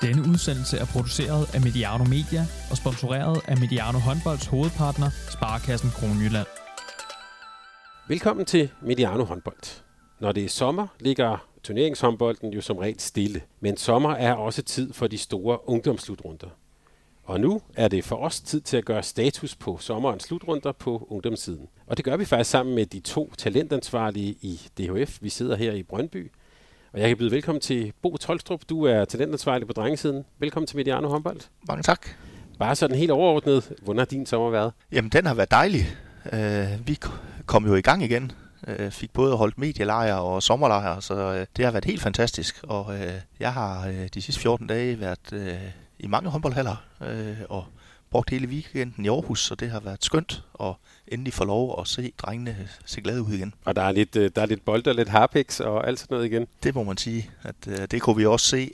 Denne udsendelse er produceret af Mediano Media og sponsoreret af Mediano Håndbolds hovedpartner, Sparekassen Kronjylland. Velkommen til Mediano Håndbold. Når det er sommer, ligger turneringshåndbolden jo som regel stille. Men sommer er også tid for de store ungdomsslutrunder. Og nu er det for os tid til at gøre status på sommerens slutrunder på ungdomssiden. Og det gør vi faktisk sammen med de to talentansvarlige i DHF. Vi sidder her i Brøndby. Og jeg kan byde velkommen til Bo Tolstrup. Du er talentansvarlig på drengesiden. Velkommen til Mediano Håndbold. Mange tak. Bare sådan helt overordnet, hvordan har din sommer været? Jamen, den har været dejlig. Vi kom jo i gang igen. Fik både holdt medielejre og sommerlejre, så det har været helt fantastisk. Og jeg har de sidste 14 dage været i mange håndboldhaller og brugt hele weekenden i Aarhus, så det har været skønt at endelig få lov at se drengene se glade ud igen. Og der er lidt bold og lidt harpiks og alt sådan noget igen? Det må man sige. At det kunne vi også se,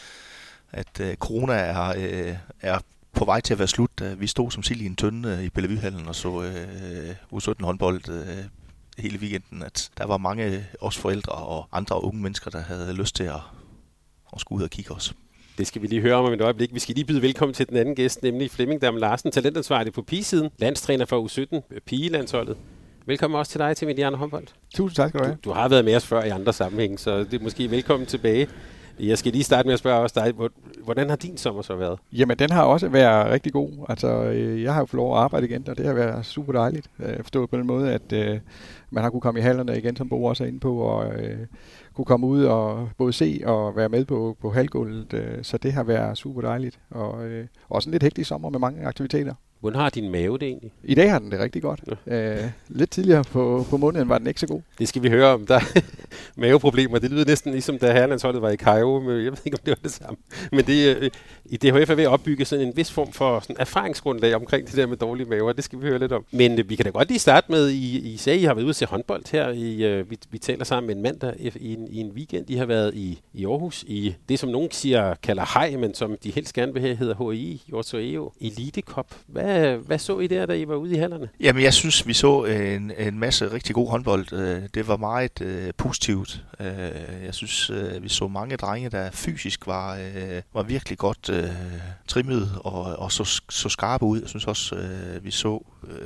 at corona er på vej til at være slut. Vi stod som sild i en tønde i Bellevuehallen og så U17 håndbold hele weekenden, at der var mange os forældre og andre unge mennesker, der havde lyst til at skulle ud og kigge os. Det skal vi lige høre om et øjeblik. Vi skal lige byde velkommen til den anden gæst, nemlig Flemming Dam Larsen, talentansvarlig på pigesiden, landstræner for U17, pigelandsholdet. Velkommen også til dig til Mediano Håndbold. Tusind tak skal du have. Du har været med os før i andre sammenhæng, så det er måske velkommen tilbage. Jeg skal lige starte med at spørge også dig, hvordan har din sommer så været? Jamen, den har også været rigtig god. Altså, jeg har jo fået lov at arbejde igen, og det har været super dejligt. Forstået på den måde, at man har kunne komme i hallerne igen, som Bo også er inde på, og kunne komme ud og både se og være med på halvgulvet. Så det har været super dejligt. Og også en lidt hektisk sommer med mange aktiviteter. Hvordan har din mave det egentlig? I dag har den det rigtig godt. Ja. Lidt tidligere på måneden var den ikke så god. Det skal vi høre om. Der er maveproblemer. Det lyder næsten ligesom, da herrelandsholdet var i Cairo. Men jeg ved ikke, om det var det samme. Men det, i DHF er ved at opbygge sådan en vis form for sådan erfaringsgrundlag omkring det der med dårlige maver. Det skal vi høre lidt om. Men vi kan da godt lige starte med, I sagde, I har været ude at se håndbold her. Vi taler sammen med en mandag i en weekend. I har været i Aarhus i det, som nogen kalder hej, men som de helst gerne vil have, hedder HI, Jorto EO Elite Cup. Hvad så I der, da I var ude i hallerne? Jamen, jeg synes, vi så en masse rigtig god håndbold. Det var meget positivt. Jeg synes, vi så mange drenge, der fysisk var virkelig godt trimmet og så skarpe ud. Jeg synes også, vi så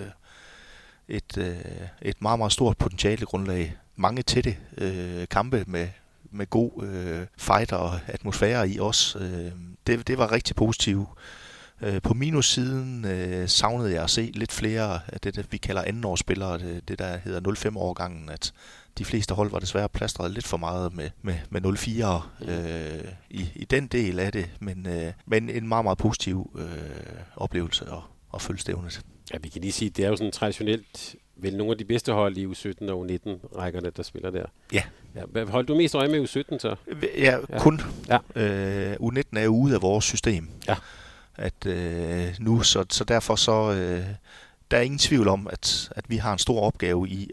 et meget, meget stort potentiale grundlag. Mange tætte kampe med god fight og atmosfære i os. Det var rigtig positivt. På minussiden savnede jeg at se lidt flere af det, vi kalder andenårsspillere, det der hedder 05-årgangen, at de fleste hold var desværre plastret lidt for meget med 04'ere i den del af det, men en meget, meget positiv oplevelse at følge stævnet. Ja, vi kan lige sige, det er jo sådan traditionelt vel nogle af de bedste hold i U17 og U19-rækkerne, der spiller der. Ja. Hvad holdt du mest øje med U17 så? Ja, kun. Ja. U19 er jo ude af vores system. Ja. At nu, så derfor der er ingen tvivl om, at vi har en stor opgave i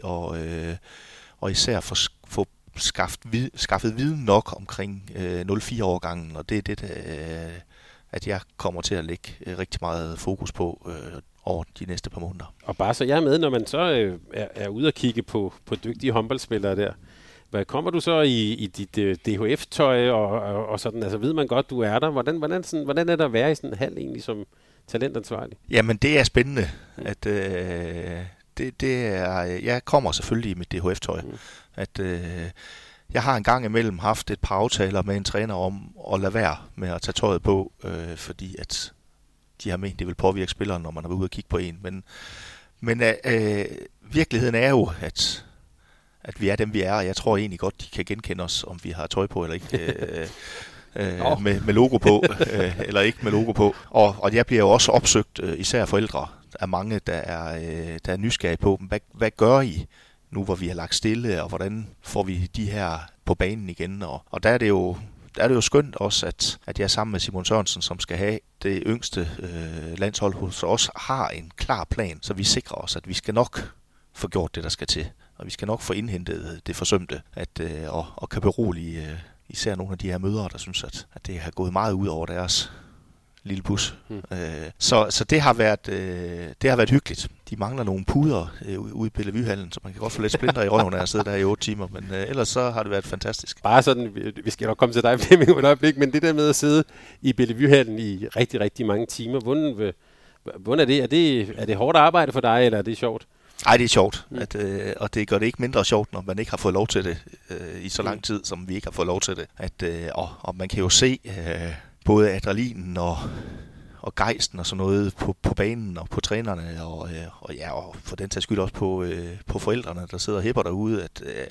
og især få skaffet viden nok omkring 04-årgangen, og det er det, at jeg kommer til at lægge rigtig meget fokus på over de næste par måneder. Og bare så jeg er med, når man så er ude og kigge på dygtige håndboldspillere der. Hvad kommer du så i dit DHF-tøj og sådan? Altså ved man godt, du er der? Hvordan er det at være i sådan en hal egentlig som talentansvarlig? Jamen det er spændende. At, det er, jeg kommer selvfølgelig i mit DHF-tøj. At jeg har en gang imellem haft et par aftaler med en træner om at lade være med at tage tøjet på, fordi at de har ment, det vil påvirke spilleren, når man er ude og kigge på en. Men virkeligheden er jo, at vi er dem, vi er, og jeg tror egentlig godt, de kan genkende os, om vi har tøj på eller ikke, med logo på, eller ikke med logo på. Og jeg bliver jo også opsøgt, især forældre, af mange, der er nysgerrige på, hvad gør I nu, hvor vi har lagt stille, og hvordan får vi de her på banen igen? Og der er det jo skønt også, at jeg sammen med Simon Sørensen, som skal have det yngste landshold hos os, har en klar plan, så vi sikrer os, at vi skal nok få gjort det, der skal til. Og vi skal nok få indhentet det forsømte, og kan berolige især nogle af de her mødre, der synes, at det har gået meget ud over deres lille bus. Så det har været hyggeligt. de mangler nogle puder ude i Bellevuehallen, så man kan godt få lidt splinter i røven af at sidde der i 8 timer, men ellers så har det været fantastisk. Bare sådan, vi skal nok komme til dig, Flemming, et øjeblik, men det der med at sidde i Bellevuehallen i rigtig, rigtig mange timer, hvordan er det? Er det hårdt arbejde for dig, eller er det sjovt? Nej, det er sjovt, og det gør det ikke mindre sjovt, når man ikke har fået lov til det i så lang tid, som vi ikke har fået lov til det. Og man kan jo se både adrenalinen og gejsten og sådan noget på banen og på trænerne, og for den tages skyld også på forældrene, der sidder og hæpper derude.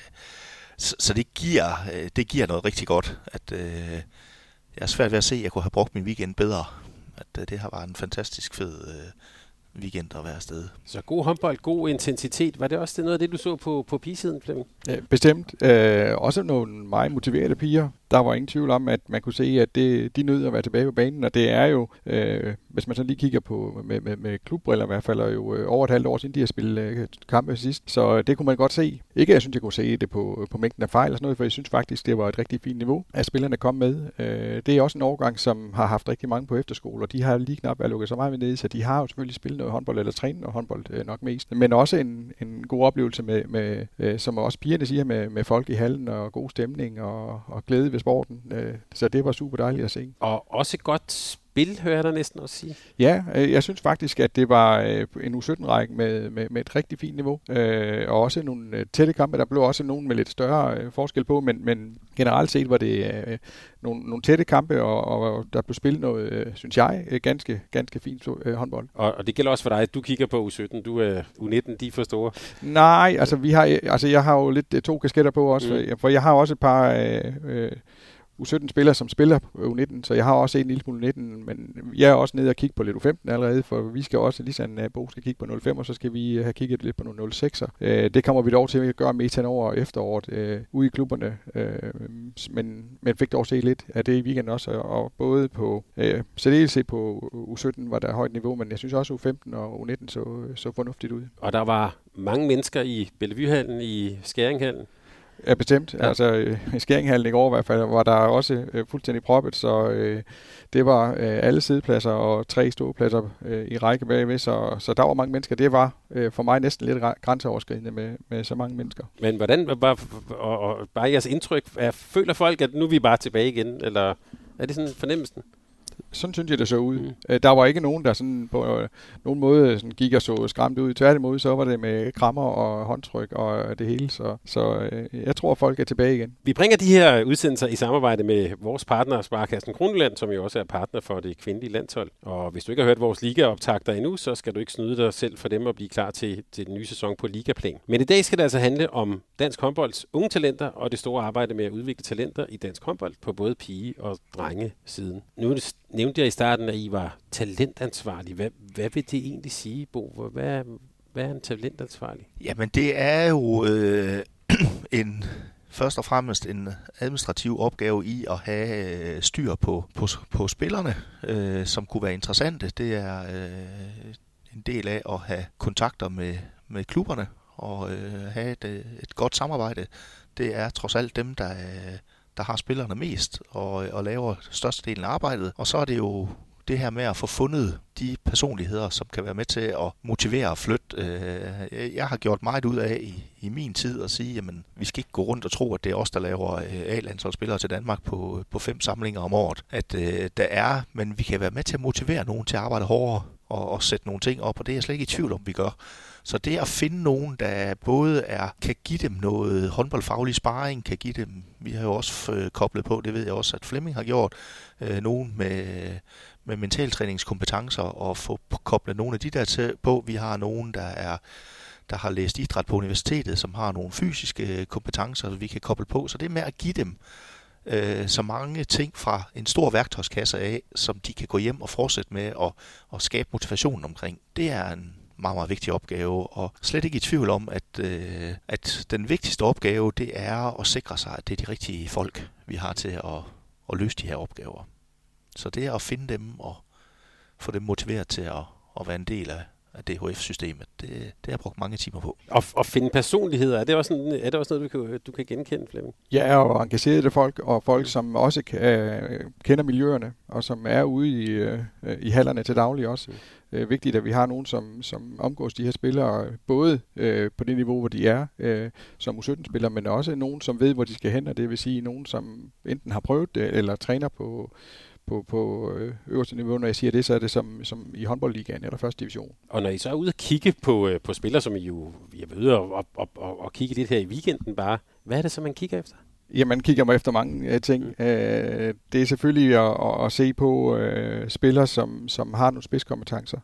Så det giver noget rigtig godt. Jeg er svært ved at se, at jeg kunne have brugt min weekend bedre. Det har været en fantastisk fed weekend at være afsted. Så god håndbold, god intensitet. Var det også noget af det, du så på pigesiden, Flemming? Bestemt. Også nogle meget motiverede piger. Der var ingen tvivl om, at man kunne se, at de nød at være tilbage på banen, og det er jo, hvis man så lige kigger på med klubbriller i hvert fald, er jo over et halvt år siden, de har spillet kampe sidst, så det kunne man godt se. Ikke, jeg synes, jeg kunne se det på mængden af fejl og sådan noget, for jeg synes faktisk, det var et rigtig fint niveau, at spillerne kom med. Det er også en årgang, som har haft rigtig mange på efterskole, og de har lige knap været lukket så meget ned, så de har jo selvfølgelig spillet noget håndbold, eller trænet noget håndbold nok mest, men også en god oplevelse med som også pigerne siger, med folk i hallen, og god stemning, og glæde ved sporten. Så det var super dejligt at se. Og også godt spil, hører jeg der næsten også sige. Ja, jeg synes faktisk, at det var en U17-række med et rigtig fint niveau. Og også nogle tætte kampe. Der blev også nogle med lidt større forskel på, men generelt set var det nogle tætte kampe, og der blev spillet noget, synes jeg, ganske fint håndbold. Og det gælder også for dig, at du kigger på U17. Du er U19, de er for store. Nej, altså jeg har jo lidt 2 kasketter på også, for jeg har også et par U17-spillere, som spiller U19, så jeg har også en lille smule U19, men jeg er også nede og kigge på lidt U15 allerede, for vi skal også, ligesom Bo skal kigge på 05, og så skal vi have kigget lidt på nogle 06'er. Det kommer vi dog til at gøre metaen over efteråret ude i klubberne, men fik dog se lidt af det i weekenden også, og både på særdeleshed på U17 var der højt niveau, men jeg synes også U15 og U19 så fornuftigt ud. Og der var mange mennesker i Bellevuehallen, i Skæringhallen. Ja, bestemt. Ja. Altså i Skæringhallen i går i hvert fald var der også fuldstændig proppet, så det var alle sidepladser og 3 ståpladser i række bagved, så der var mange mennesker. Det var for mig næsten lidt grænseoverskridende med så mange mennesker. Men hvordan og bare jeres indtryk, føler folk, at nu er vi bare tilbage igen, eller er det sådan fornemmelsen? Sådan synes jeg, det så ud. Der var ikke nogen, der sådan på nogen måde sådan gik og så skræmt ud. Tværtimod, så var det med krammer og håndtryk og det hele. Så jeg tror, folk er tilbage igen. Vi bringer de her udsendelser i samarbejde med vores partner, Sparekassen Kronjylland, som jo også er partner for det kvindelige landshold. Og hvis du ikke har hørt vores ligaoptagter endnu, så skal du ikke snyde dig selv for dem at blive klar til den nye sæson på ligaplan. Men i dag skal det altså handle om dansk håndbolds unge talenter og det store arbejde med at udvikle talenter i dansk håndbold på både pige- og drengesiden. Nu nævnte jeg i starten, at I var talentansvarlige. Hvad vil det egentlig sige, Bo? Hvad er en talentansvarlig? Jamen, det er jo først og fremmest en administrativ opgave i at have styr på spillerne, som kunne være interessante. Det er en del af at have kontakter med klubberne og have et godt samarbejde. Det er trods alt dem, der har spillerne mest og laver størstedelen af arbejdet. Og så er det jo det her med at få fundet de personligheder, som kan være med til at motivere og flytte. Jeg har gjort meget ud af i min tid at sige, jamen vi skal ikke gå rundt og tro, at det er os, der laver A-landsholdsspillere til Danmark på 5 samlinger om året. Men vi kan være med til at motivere nogen til at arbejde hårdere og sætte nogle ting op, og det er jeg slet ikke i tvivl om, vi gør. Så det at finde nogen, der både kan give dem noget håndboldfaglig sparring, kan give dem, vi har jo også koblet på, det ved jeg også, at Flemming har gjort, nogen med mentaltræningskompetencer, og få koblet nogle af de der til på. Vi har nogen, der har læst idræt på universitetet, som har nogle fysiske kompetencer, vi kan koble på. Så det med at give dem så mange ting fra en stor værktøjskasse af, som de kan gå hjem og fortsætte med og skabe motivationen omkring, det er en meget, meget vigtig opgave, og slet ikke i tvivl om, at den vigtigste opgave, det er at sikre sig, at det er de rigtige folk, vi har til at løse de her opgaver. Så det er at finde dem og få dem motiveret til at være en del DHF-systemet. Det har jeg brugt mange timer på. Og finde personligheder, er det også noget, du kan genkende, Flemming? Ja, og engagerede folk, og folk, som også kender miljøerne, og som er ude i hallerne til daglig også. Vigtigt, at vi har nogen, som omgås de her spillere, både på det niveau, hvor de er, som U17-spillere, men også nogen, som ved, hvor de skal hen, og det vil sige nogen, som enten har prøvet det, eller træner på øverste niveau. Når jeg siger det, så er det som i håndboldligaen eller første division. Og når I så er ude og kigge på spillere, som I jo er ude og kigge lidt her i weekenden bare, hvad er det så, man kigger efter? Ja, man kigger mig efter mange ting. Det er selvfølgelig at se på spillere, som har nogle spidskompetencer.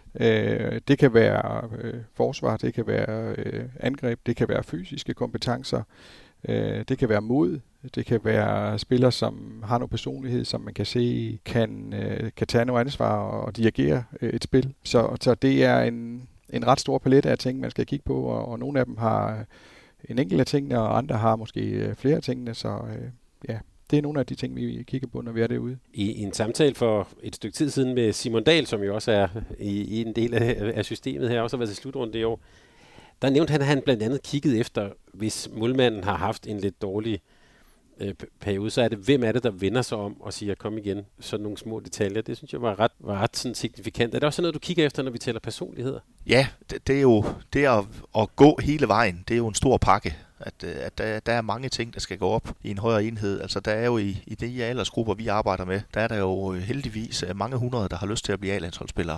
Det kan være forsvar, det kan være angreb, det kan være fysiske kompetencer, det kan være mod, det kan være spillere, som har noget personlighed, som man kan se kan tage noget ansvar og dirigere et spil. Så det er en ret stor palet af ting, man skal kigge på, og nogle af dem har en enkelt af tingene, og andre har måske flere af tingene, så det er nogle af de ting, vi kigger på, når vi er derude. I en samtale for et stykke tid siden med Simon Dahl, som jo også er i en del af systemet her, også har været til slutrunde i år, der nævnte han, at han blandt andet kiggede efter, hvis målmanden har haft en lidt dårlig periode, så er det, hvem er det, der vender sig om og siger, kom igen, sådan nogle små detaljer. Det synes jeg var ret sådan signifikant. Er det også noget, du kigger efter, når vi taler personligheder? Ja, det er jo det at gå hele vejen. Det er jo en stor pakke. At der er mange ting, der skal gå op i en højere enhed. Altså der er jo i de aldersgrupper, vi arbejder med, der er der jo heldigvis mange hundrede, der har lyst til at blive A-landsholdsspillere.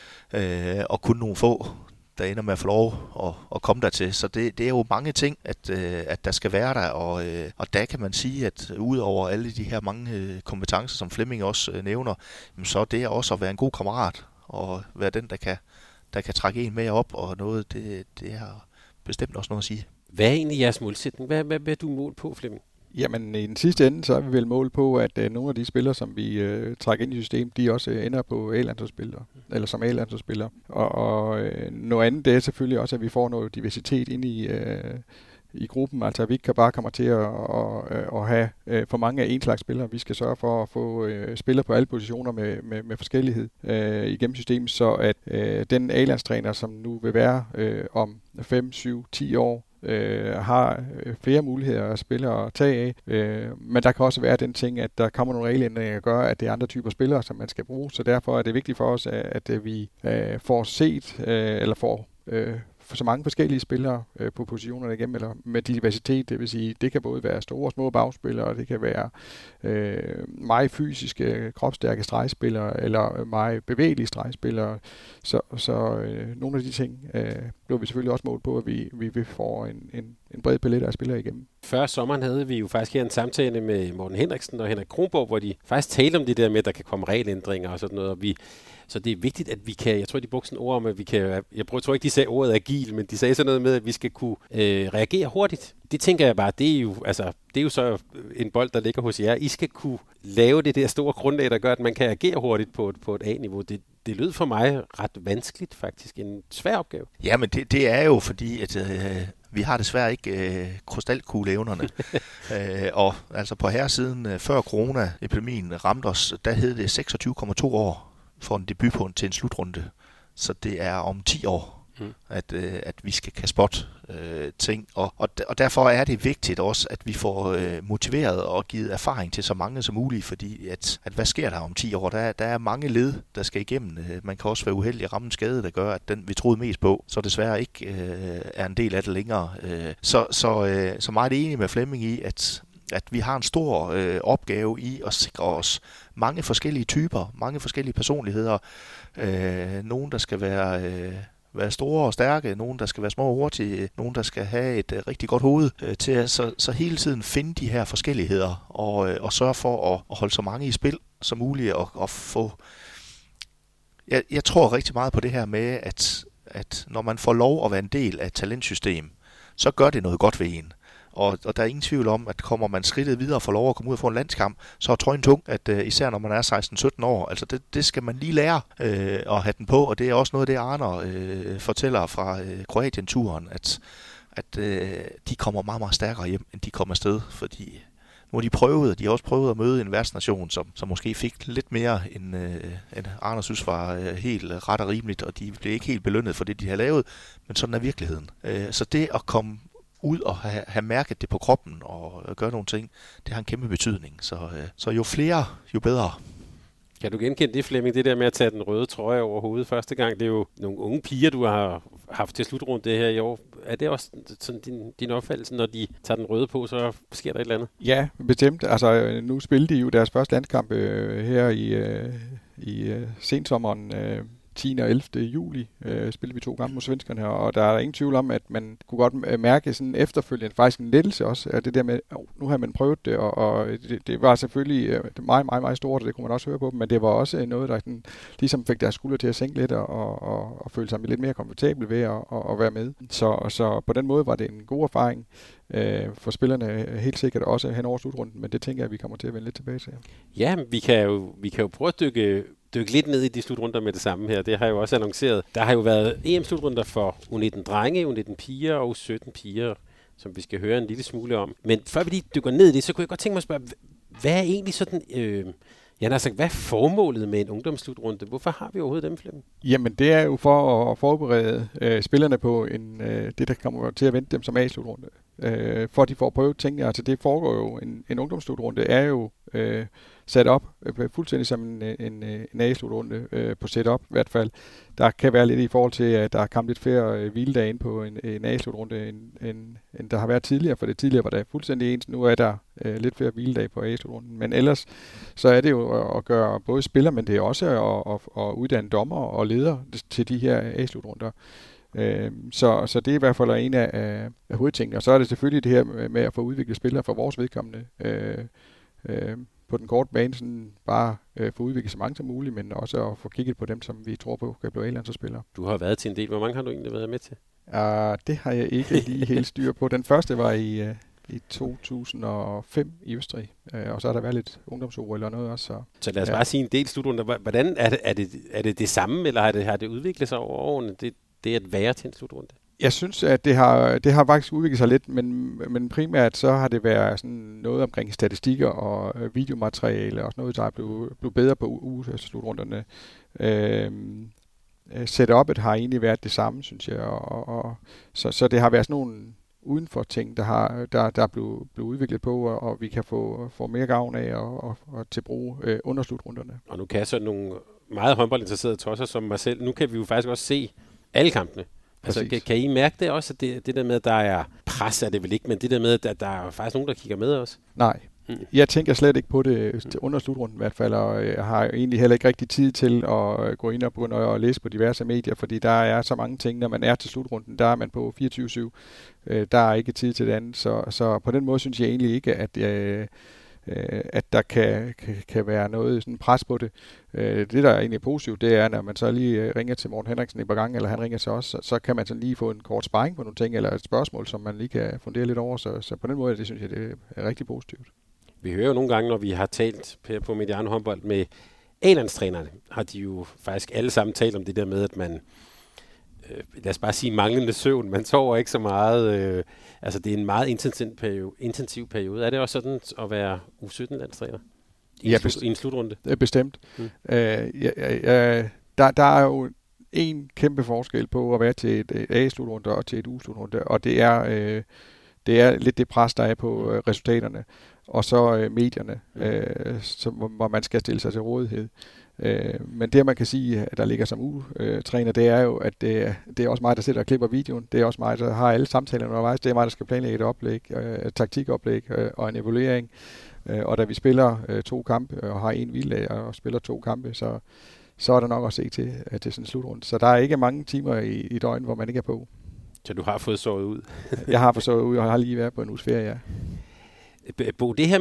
Og kun nogle få, der ender med at få lov at komme dertil. Så det er jo mange ting, at der skal være der, og der kan man sige, at udover alle de her mange kompetencer, som Flemming også nævner, så er det også at være en god kammerat, og være den, der kan trække en med op, og noget, det har bestemt også noget at sige. Hvad er egentlig jeres målsætning? Hvad er du mål på, Flemming? Jamen, i den sidste ende, så er vi vel mål på, at nogle af de spillere, som vi trækker ind i systemet, de også ender på A-landsholdsspillere, eller som A-landsholdsspillere. Og noget andet, det er selvfølgelig også, at vi får noget diversitet ind i gruppen, altså at vi ikke bare kommer til at have for mange af en slags spillere. Vi skal sørge for at få spillere på alle positioner med forskellighed igennem systemet, så at den A-landstræner, som nu vil være om 5, 7, 10 år, har flere muligheder at spille og tage af, men der kan også være den ting, at der kommer nogle regelændringer, der gør, at det er andre typer spillere, som man skal bruge, så derfor er det vigtigt for os, at vi får set, eller får så mange forskellige spillere på positionerne igennem, eller med diversitet, det vil sige, det kan både være store og små bagspillere, og det kan være meget fysiske, kropsstærke stregspillere, eller meget bevægelige stregspillere. Så nogle af de ting bliver vi selvfølgelig også målt på, at vi får en bred palet af spillere igennem. Før sommeren havde vi jo faktisk her en samtale med Morten Henriksen og Henrik Kronborg, hvor de faktisk talte om det der med, at der kan komme regelændringer og sådan noget, og så det er vigtigt, at vi kan, jeg tror, de brugte sådan ord om, at vi kan, jeg tror ikke, de sagde ordet agil, men de sagde sådan noget med, at vi skal kunne reagere hurtigt. Det tænker jeg bare, det er jo så en bold, der ligger hos jer. I skal kunne lave det der store grundlag, der gør, at man kan agere hurtigt på et A-niveau. Det lød for mig ret vanskeligt faktisk, en svær opgave. Ja, men det er jo fordi, at vi har desværre ikke krystalkugleevnerne. Og altså på herresiden, før coronaepidemien ramte os, der hed det 26,2 år for en debut til en slutrunde. Så det er om 10 år, at vi skal kan spotte ting. Og derfor er det vigtigt også, at vi får motiveret og givet erfaring til så mange som muligt, fordi at hvad sker der om 10 år? Der er mange led, der skal igennem. Man kan også være uheldig at ramme en skade, der gør, at den vi troede mest på, så desværre ikke er en del af det længere. Så meget enig med Flemming i, at vi har en stor opgave i at sikre os mange forskellige typer, mange forskellige personligheder. Nogen, der skal være store og stærke, nogen, der skal være små og hurtige, nogen, der skal have et rigtig godt hoved til at så hele tiden finde de her forskelligheder og sørge for at holde så mange i spil som muligt og få... Jeg tror rigtig meget på det her med, at når man får lov at være en del af et talentsystem, så gør det noget godt ved en. Og der er ingen tvivl om, at kommer man skridtet videre og får lov at komme ud og få en landskamp, så er trøjen tung, at især når man er 16-17 år, altså det skal man lige lære at have den på, og det er også noget, det Arner fortæller fra Kroatien-turen, at de kommer meget, meget stærkere hjem, end de kommer afsted, fordi Nu har de prøvet, de har også prøvet at møde en værtsnation, som måske fik lidt mere, end Arne synes var helt ret og rimeligt, og de blev ikke helt belønnet for det, de har lavet, men sådan er virkeligheden. Så det at komme ud og have mærket det på kroppen og gøre nogle ting, det har en kæmpe betydning. Så jo flere, jo bedre. Kan du genkende det, Flemming, det der med at tage den røde trøje over hovedet første gang? Det er jo nogle unge piger, du har haft til slutrunde det her i år. Er det også sådan din opfattelse, når de tager den røde på, så sker der et eller andet? Ja, bestemt. Altså, nu spillede de jo deres første landskamp her i sensommeren 10. og 11. juli spillede vi 2 kampe mod svenskerne, og der er ingen tvivl om, at man kunne godt mærke sådan efterfølgende faktisk en lettelse også af det der med, nu har man prøvet det, og det var selvfølgelig meget, meget, meget stort, og det kunne man også høre på dem, men det var også noget, der sådan, ligesom fik deres skuldre til at sænke lidt, og føle sig lidt mere komfortabel ved at være med. Så på den måde var det en god erfaring for spillerne, helt sikkert også hen over slutrunden, men det tænker jeg, at vi kommer til at vende lidt tilbage til. Ja, vi kan jo prøve at dykke lidt ned i de slutrunder med det samme her. Det har jeg jo også annonceret. Der har jo været EM-slutrunder for U19-drenge, U19-piger og U17 piger, som vi skal høre en lille smule om. Men før vi lige dykker ned i det, så kunne jeg godt tænke mig at spørge, hvad er egentlig sådan... hvad er formålet med en ungdomsslutrunde? Hvorfor har vi overhovedet dem, Flemming? Jamen, det er jo for at forberede spillerne på det, der kommer til at vente dem som A-slutrunde. For at de får prøvet tingene. Altså, det foregår jo, en ungdomsslutrunde er jo sat op fuldstændig som en A-slutrunde på setup i hvert fald. Der kan være lidt i forhold til, at der er kommet lidt flere hviledage ind på en A-slutrunde, end der har været tidligere, for det tidligere var der fuldstændig ens. Nu er der lidt flere hviledage på A-slutrunden. Men ellers så er det jo at gøre både spiller, men det er også at uddanne dommer og ledere til de her A-slutrunder. Så det er i hvert fald en af hovedtingene. Og så er det selvfølgelig det her med at få udviklet spillere for vores vedkommende på den korte bane, sådan bare få udviklet så mange som muligt, men også at få kigget på dem, som vi tror på kan blive A-landsspillere. Du har været til en del. Hvor mange har du egentlig været med til? Det har jeg ikke lige helt styr på. Den første var i 2005 i Østrig, og så har der været lidt ungdoms-OL eller noget også. Så lad os bare sige en del slutrunder. Hvordan er det det samme, eller har det udviklet sig over årene, det at være til en slutrunde? Jeg synes, at det har faktisk udviklet sig lidt, men primært så har det været sådan noget omkring statistikker og videomateriale og sådan noget, der er blevet bedre på uge-slutrunderne. Setup'et har egentlig været det samme, synes jeg, så det har været sådan nogle udenfor ting, der er blevet udviklet på, og vi kan få mere gavn af og til brug under slutrunderne. Og nu kan så nogle meget håndboldinteresserede tosser som mig selv, nu kan vi jo faktisk også se alle kampene. Altså, kan I mærke det også, at det der med, at der er pres, er det vel ikke, men det der med, at der er faktisk nogen, der kigger med os? Nej, jeg tænker slet ikke på det under slutrunden i hvert fald, og jeg har egentlig heller ikke rigtig tid til at gå ind og begynde at læse på diverse medier, fordi der er så mange ting, når man er til slutrunden, der er man på 24/7. Der er ikke tid til det andet, så på den måde synes jeg egentlig ikke, at der kan være noget sådan pres på det. Det, der er egentlig positivt, det er, når man så lige ringer til Morten Henriksen et par gange, eller han ringer til os, så kan man sådan lige få en kort sparring på nogle ting, eller et spørgsmål, som man lige kan fundere lidt over. Så på den måde, det synes jeg, det er rigtig positivt. Vi hører jo nogle gange, når vi har talt på Mediano håndbold med A-landstrænerne, har de jo faktisk alle sammen talt om det der med, at man, lad os bare sige manglende søvn, man sover ikke så meget, altså det er en meget intensiv periode. Er det også sådan at være U17-landstræner i en slutrunde? Bestemt. Der er jo en kæmpe forskel på at være til et A-slutrunde og til et U-slutrunde, og det er lidt det pres, der er på resultaterne, og så medierne, hvor man skal stille sig til rådighed. Men det, man kan sige, at der ligger som U-træner, det er jo, at det er også mig, der sidder og klipper videoen. Det er også mig, der har alle samtalerne undervejs. Det er mig, der skal planlægge et oplæg, et taktikoplæg og en evaluering. Og da vi spiller 2 kampe og har en hviledag og spiller 2 kampe, så er der nok at se til sådan en slutrunde. Så der er ikke mange timer i døgnet, hvor man ikke er på. Så du har fået sovet ud? Jeg har fået sovet ud, og har lige været på en uges ferie, ja. Bo, det her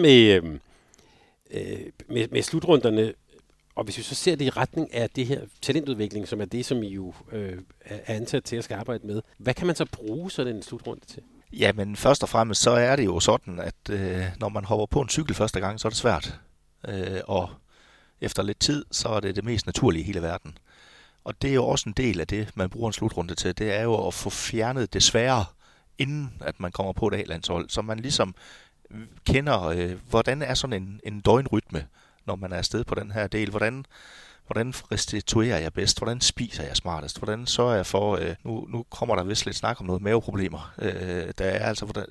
med slutrunderne, og hvis vi så ser det i retning af det her talentudvikling, som er det, som I jo er ansat til at skal arbejde med, hvad kan man så bruge sådan en slutrunde til? Jamen først og fremmest, så er det jo sådan, at når man hopper på en cykel første gang, så er det svært. Og efter lidt tid, så er det mest naturlige i hele verden. Og det er jo også en del af det, man bruger en slutrunde til. Det er jo at få fjernet det svære, inden at man kommer på et A-landshold, så man ligesom kender, hvordan er sådan en døgnrytme, når man er afsted på den her del. Hvordan restituerer jeg bedst? Hvordan spiser jeg smartest? Hvordan sørger jeg for... Nu kommer der vist lidt snak om noget maveproblemer. Der er altså...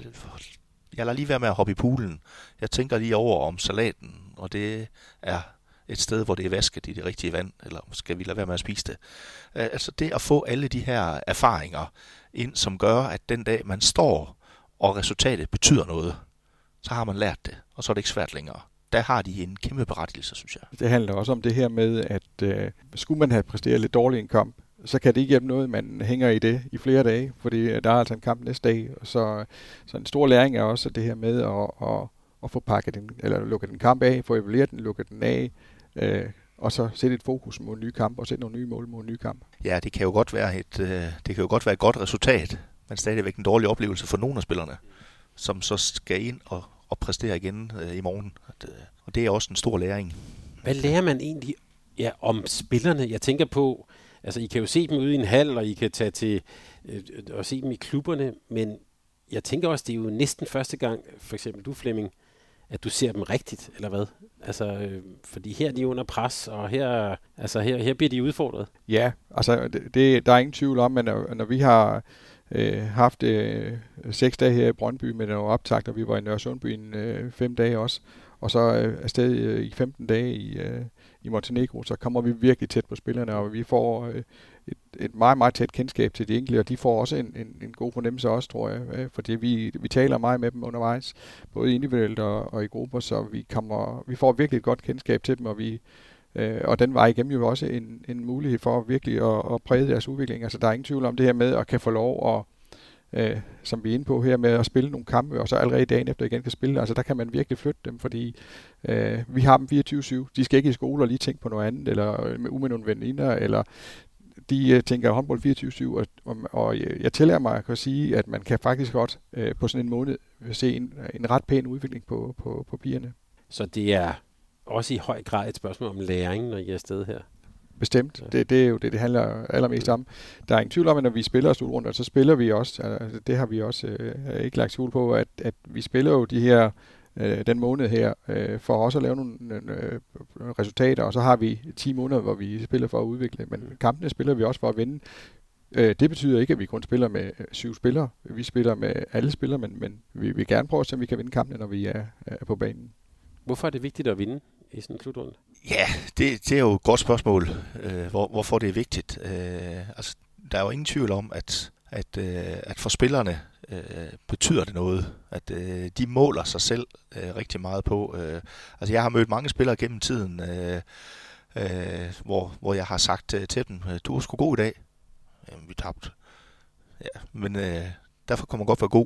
Jeg lader lige være med at hoppe i poolen. Jeg tænker lige over om salaten, og det er et sted, hvor det er vasket i det rigtige vand, eller skal vi lade være med at spise det? Altså det at få alle de her erfaringer ind, som gør, at den dag man står, og resultatet betyder noget, så har man lært det, og så er det ikke svært længere. Der har de en kæmpe berettigelse, synes jeg. Det handler også om det her med, at skulle man have præsteret lidt dårligt i en kamp, så kan det ikke hjælpe noget, man hænger i det i flere dage, fordi der er altså en kamp næste dag. Så en stor læring er også det her med at få pakket den, eller lukket den kamp af, få evalueret den, lukket den af, og så sætte et fokus mod en ny kamp, og sætte nogle nye mål mod en ny kamp. Ja, det kan jo godt være et godt resultat, men stadigvæk en dårlig oplevelse for nogle af spillerne, som så skal ind og præstere igen i morgen. Og det er også en stor læring. Hvad lærer man egentlig om spillerne? Jeg tænker på, altså I kan jo se dem ude i en hal, og I kan tage til og se dem i klubberne, men jeg tænker også, det er jo næsten første gang, for eksempel du, Flemming, at du ser dem rigtigt, eller hvad? Altså, fordi her er de under pres, og her bliver de udfordret. Ja, altså der er ingen tvivl om, at når vi har haft 6 dage her i Brøndby med nogle optagter, vi var i Nørresundby 5 dage også, og så afsted i 15 dage i Montenegro, så kommer vi virkelig tæt på spillerne, og vi får et meget, meget tæt kendskab til de enkelte, og de får også en god fornemmelse også, tror jeg, fordi vi taler meget med dem undervejs, både individuelt og i grupper, så vi får virkelig et godt kendskab til dem, og den vej igennem jo også en mulighed for virkelig at præge deres udvikling. Altså der er ingen tvivl om det her med at kan få lov at som vi er inde på her med at spille nogle kampe, og så allerede dagen efter igen kan spille. Altså der kan man virkelig flytte dem, fordi vi har dem 24/7. De skal ikke i skole og lige tænke på noget andet, eller med nogle veninder, eller de tænker håndbold 24/7, og jeg tillader mig at sige, at man kan faktisk godt på sådan en måned se en ret pæn udvikling på pigerne. Så det er også i høj grad et spørgsmål om læring, når I er afsted her? Bestemt. Det er jo det handler allermest om. Der er ingen tvivl om, at når vi spiller slutrunder, så spiller vi også, altså det har vi også ikke lagt tvivl på, at vi spiller jo de her, den måned her, for også at lave nogle resultater, og så har vi 10 måneder, hvor vi spiller for at udvikle, men kampene spiller vi også for at vinde. Det betyder ikke, at vi kun spiller med 7 spillere. Vi spiller med alle spillere, men vi vil gerne prøve at se, om vi kan vinde kampene, når vi er på banen. Hvorfor er det vigtigt at vinde i sådan en slutrunde? Ja, det er jo et godt spørgsmål, hvorfor det er vigtigt. Altså, der er jo ingen tvivl om, at for spillerne betyder det noget, at de måler sig selv rigtig meget på. Altså, jeg har mødt mange spillere gennem tiden, hvor jeg har sagt til dem, du er sgu god i dag. Jamen, vi tabte. Ja, men derfor kommer man godt være god.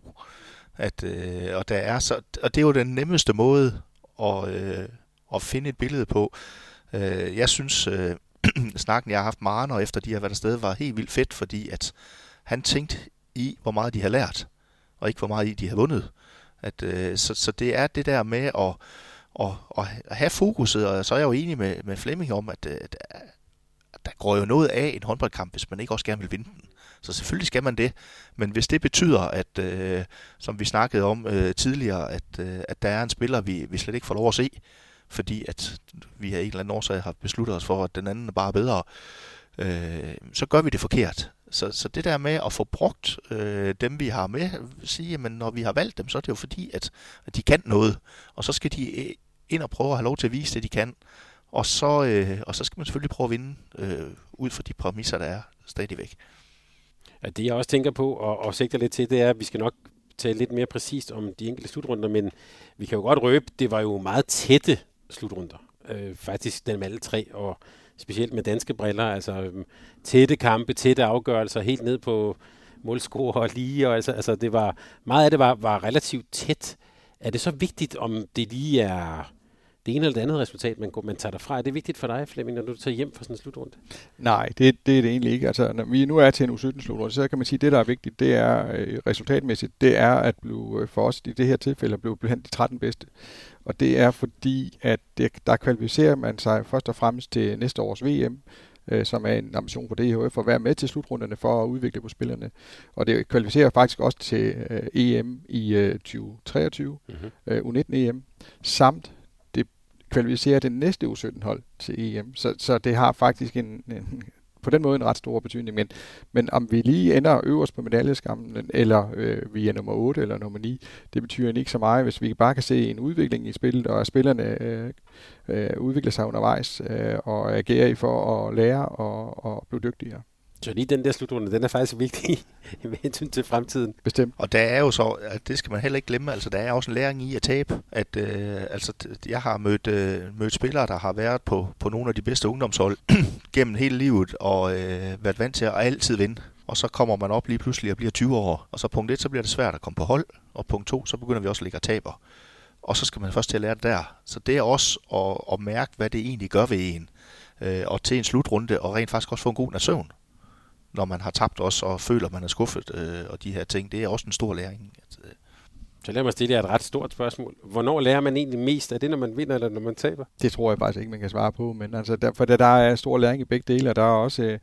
Og det er jo den nemmeste måde at finde et billede på. Jeg synes, snakken, jeg har haft med Arne, efter de har været afsted, var helt vildt fedt, fordi at han tænkte i, hvor meget de har lært, og ikke hvor meget i, de har vundet. Så det er det der med at have fokuset, og så er jeg jo enig med Flemming om, at der går jo noget af en håndboldkamp, hvis man ikke også gerne vil vinde den. Så selvfølgelig skal man det, men hvis det betyder, at som vi snakkede om tidligere, at der er en spiller, vi slet ikke får lov at se, fordi at vi af en eller anden årsag har besluttet os for, at den anden er bare bedre, så gør vi det forkert. Så det der med at få brugt dem, vi har med, sige, at når vi har valgt dem, så er det jo fordi, at de kan noget, og så skal de ind og prøve at have lov til at vise det, de kan, og så skal man selvfølgelig prøve at vinde ud fra de præmisser, der er stadigvæk. Ja, det jeg også tænker på og sigter lidt til, det er, at vi skal nok tale lidt mere præcist om de enkelte slutrunder, men vi kan jo godt røbe, det var jo meget tætte slutrunder. Faktisk dem alle 3, og specielt med danske briller, altså tætte kampe, tætte afgørelser, helt ned på målscore og lige, og altså det var, meget af det var relativt tæt. Er det så vigtigt, om det lige er det ene eller det andet resultat, man tager derfra? Er det vigtigt for dig, Flemming, når du tager hjem for sådan en slutrunde? Nej, det er det egentlig ikke. Altså, når vi nu er til en U17-slutrunde, så kan man sige, at det, der er vigtigt, det er resultatmæssigt, det er at blive, for os i det her tilfælde, at blive blandt de 13 bedste. Og det er fordi, at der kvalificerer man sig først og fremmest til næste års VM, som er en ambition for DHF at være med til slutrunderne for at udvikle på spillerne. Og det kvalificerer faktisk også til EM i 2023, U19-EM, samt det kvalificerer det næste U17-hold til EM. Så det har faktisk på den måde en ret stor betydning. Men om vi lige ender øverst på medaljeskamlen, eller vi er nummer 8 eller nummer 9, det betyder ikke så meget, hvis vi bare kan se en udvikling i spillet, og at spillerne udvikler sig undervejs og agerer i for at lære og blive dygtigere. Så lige den der slutrunde, den er faktisk vigtig med hensyn til fremtiden. Bestemt. Og der er jo så, at det skal man heller ikke glemme, altså der er også en læring i at tabe. At, jeg har mødt spillere, der har været på nogle af de bedste ungdomshold gennem hele livet, og været vant til at altid vinde. Og så kommer man op lige pludselig og bliver 20 år. Og så punkt 1, så bliver det svært at komme på hold, og punkt 2, så begynder vi også at ligge og taber. Og så skal man først til at lære det der. Så det er også at mærke, hvad det egentlig gør ved en. Og til en slutrunde, og rent faktisk også få en god søvn, når man har tabt også, og føler, man er skuffet, og de her ting. Det er også en stor læring. Så lad mig stille jer et ret stort spørgsmål. Hvornår lærer man egentlig mest? Er det, når man vinder, eller når man taber? Det tror jeg faktisk ikke, man kan svare på, men altså, der er stor læring i begge dele, og der er også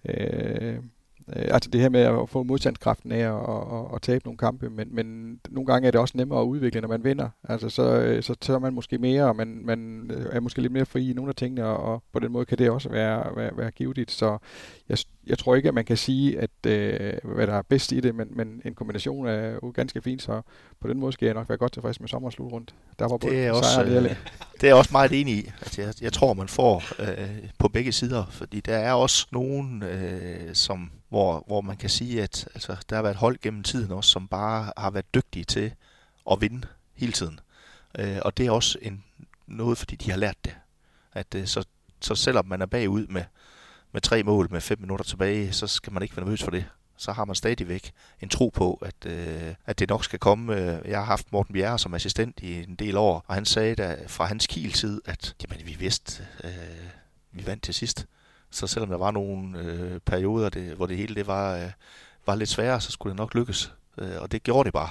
altså det her med at få modstandskraften af og tabe nogle kampe, men nogle gange er det også nemmere at udvikle, når man vinder. Altså så tør man måske mere, og man er måske lidt mere fri i nogle af tingene, og på den måde kan det også være givetigt. Så jeg tror ikke, at man kan sige, at hvad der er bedst i det, men en kombination er jo ganske fint, så på den måde skal jeg nok være godt tilfreds med sommerens slutrunde. Der var både det er jeg også meget enig i. Altså, jeg tror, man får på begge sider, fordi der er også nogen, hvor man kan sige, at altså, der har været hold gennem tiden også, som bare har været dygtige til at vinde hele tiden. Og det er også noget, fordi de har lært det. At, så selvom man er bagud med 3 mål med 5 minutter tilbage, så skal man ikke være nervøs for det. Så har man stadigvæk en tro på, at det nok skal komme. Jeg har haft Morten Bjerre som assistent i en del år, og han sagde da fra hans Kiel-tid, at jamen, vi vidste, vi vandt til sidst. Så selvom der var nogle perioder, hvor det hele det var lidt sværere, så skulle det nok lykkes. Og det gjorde det bare.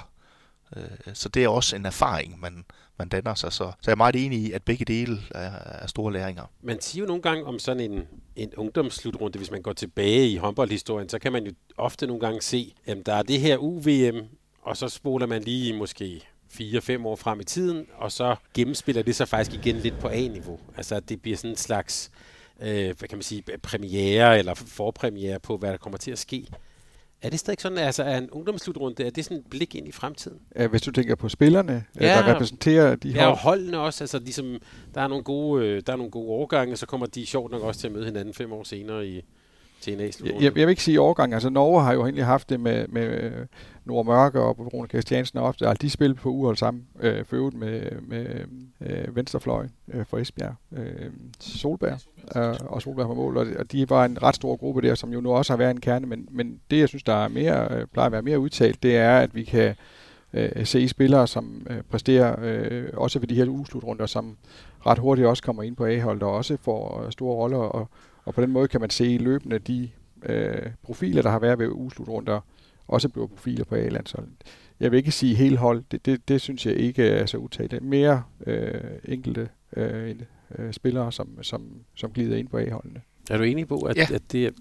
Så det er også en erfaring, man danner sig. Så jeg er meget enig i, at begge dele er store læringer. Man siger jo nogle gange om sådan en ungdomsslutrunde, hvis man går tilbage i håndboldhistorien, så kan man jo ofte nogle gange se, at der er det her UVM, og så spoler man lige måske 4-5 år frem i tiden, og så gennemspiller det sig faktisk igen lidt på A-niveau. Altså det bliver sådan en slags hvad kan man sige, premiere eller forpremiere på, hvad der kommer til at ske. Er det stadig sådan, altså er en ungdomsslutrunde, er det sådan et blik ind i fremtiden? Hvis du tænker på spillerne, der repræsenterer de hold. Ja, og holdene også. Altså ligesom, der er nogle gode årgange, så kommer de sjovt nok også til at møde hinanden 5 år senere til en A-slutrunde. Jeg vil ikke sige årgange. Altså Norge har jo egentlig haft det med Nord Mørke og Rune Christiansen ofte. Altså de spillede på uhold sammen, for øvrigt med venstrefløjen for Esbjerg. Solberg og Solberg på mål, og de var en ret stor gruppe der, som jo nu også har været en kerne, men det, jeg synes, der er plejer at være mere udtalt, det er, at vi kan se spillere, som præsterer også ved de her ugeslutrunder, som ret hurtigt også kommer ind på A-holdet og også får store roller, og på den måde kan man se løbende de profiler, der har været ved ugeslutrunder, også bliver profiler på A-landsholdet. Jeg vil ikke sige hele hold, det synes jeg ikke er så udtalt. Mere enkelte spillere, som glider ind på A-holdene. Er du enig på, at det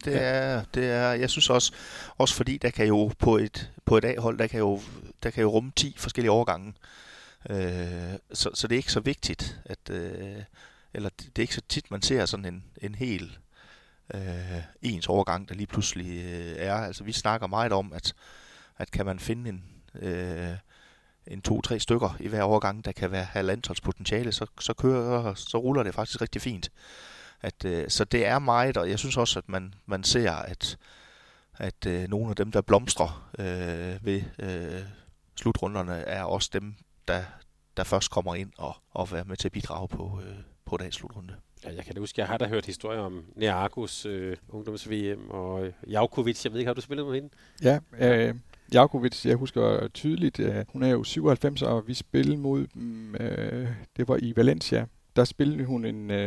er jeg synes også fordi der kan jo på et A-hold, der kan jo rumme 10 forskellige årgange. Så det er ikke så vigtigt, eller det er ikke så tit, man ser sådan en hel ens overgang, der lige pludselig er. Altså vi snakker meget om, at kan man finde en 2-3 stykker i hver overgang, der kan have landsholdspotentiale, så ruller det faktisk rigtig fint. Så det er meget, og jeg synes også, at man ser, at nogle af dem, der blomstrer ved slutrunderne, er også dem, der først kommer ind og være med til at bidrage på dagens slutrunde. Ja, jeg kan da huske, jeg har da hørt historier om Nearkos ungdoms-VM og Javkovic. Jeg ved ikke, har du spillet med hende? Ja, Javkovic, jeg husker tydeligt, hun er jo 97, og vi spillede mod, det var i Valencia. Der spillede hun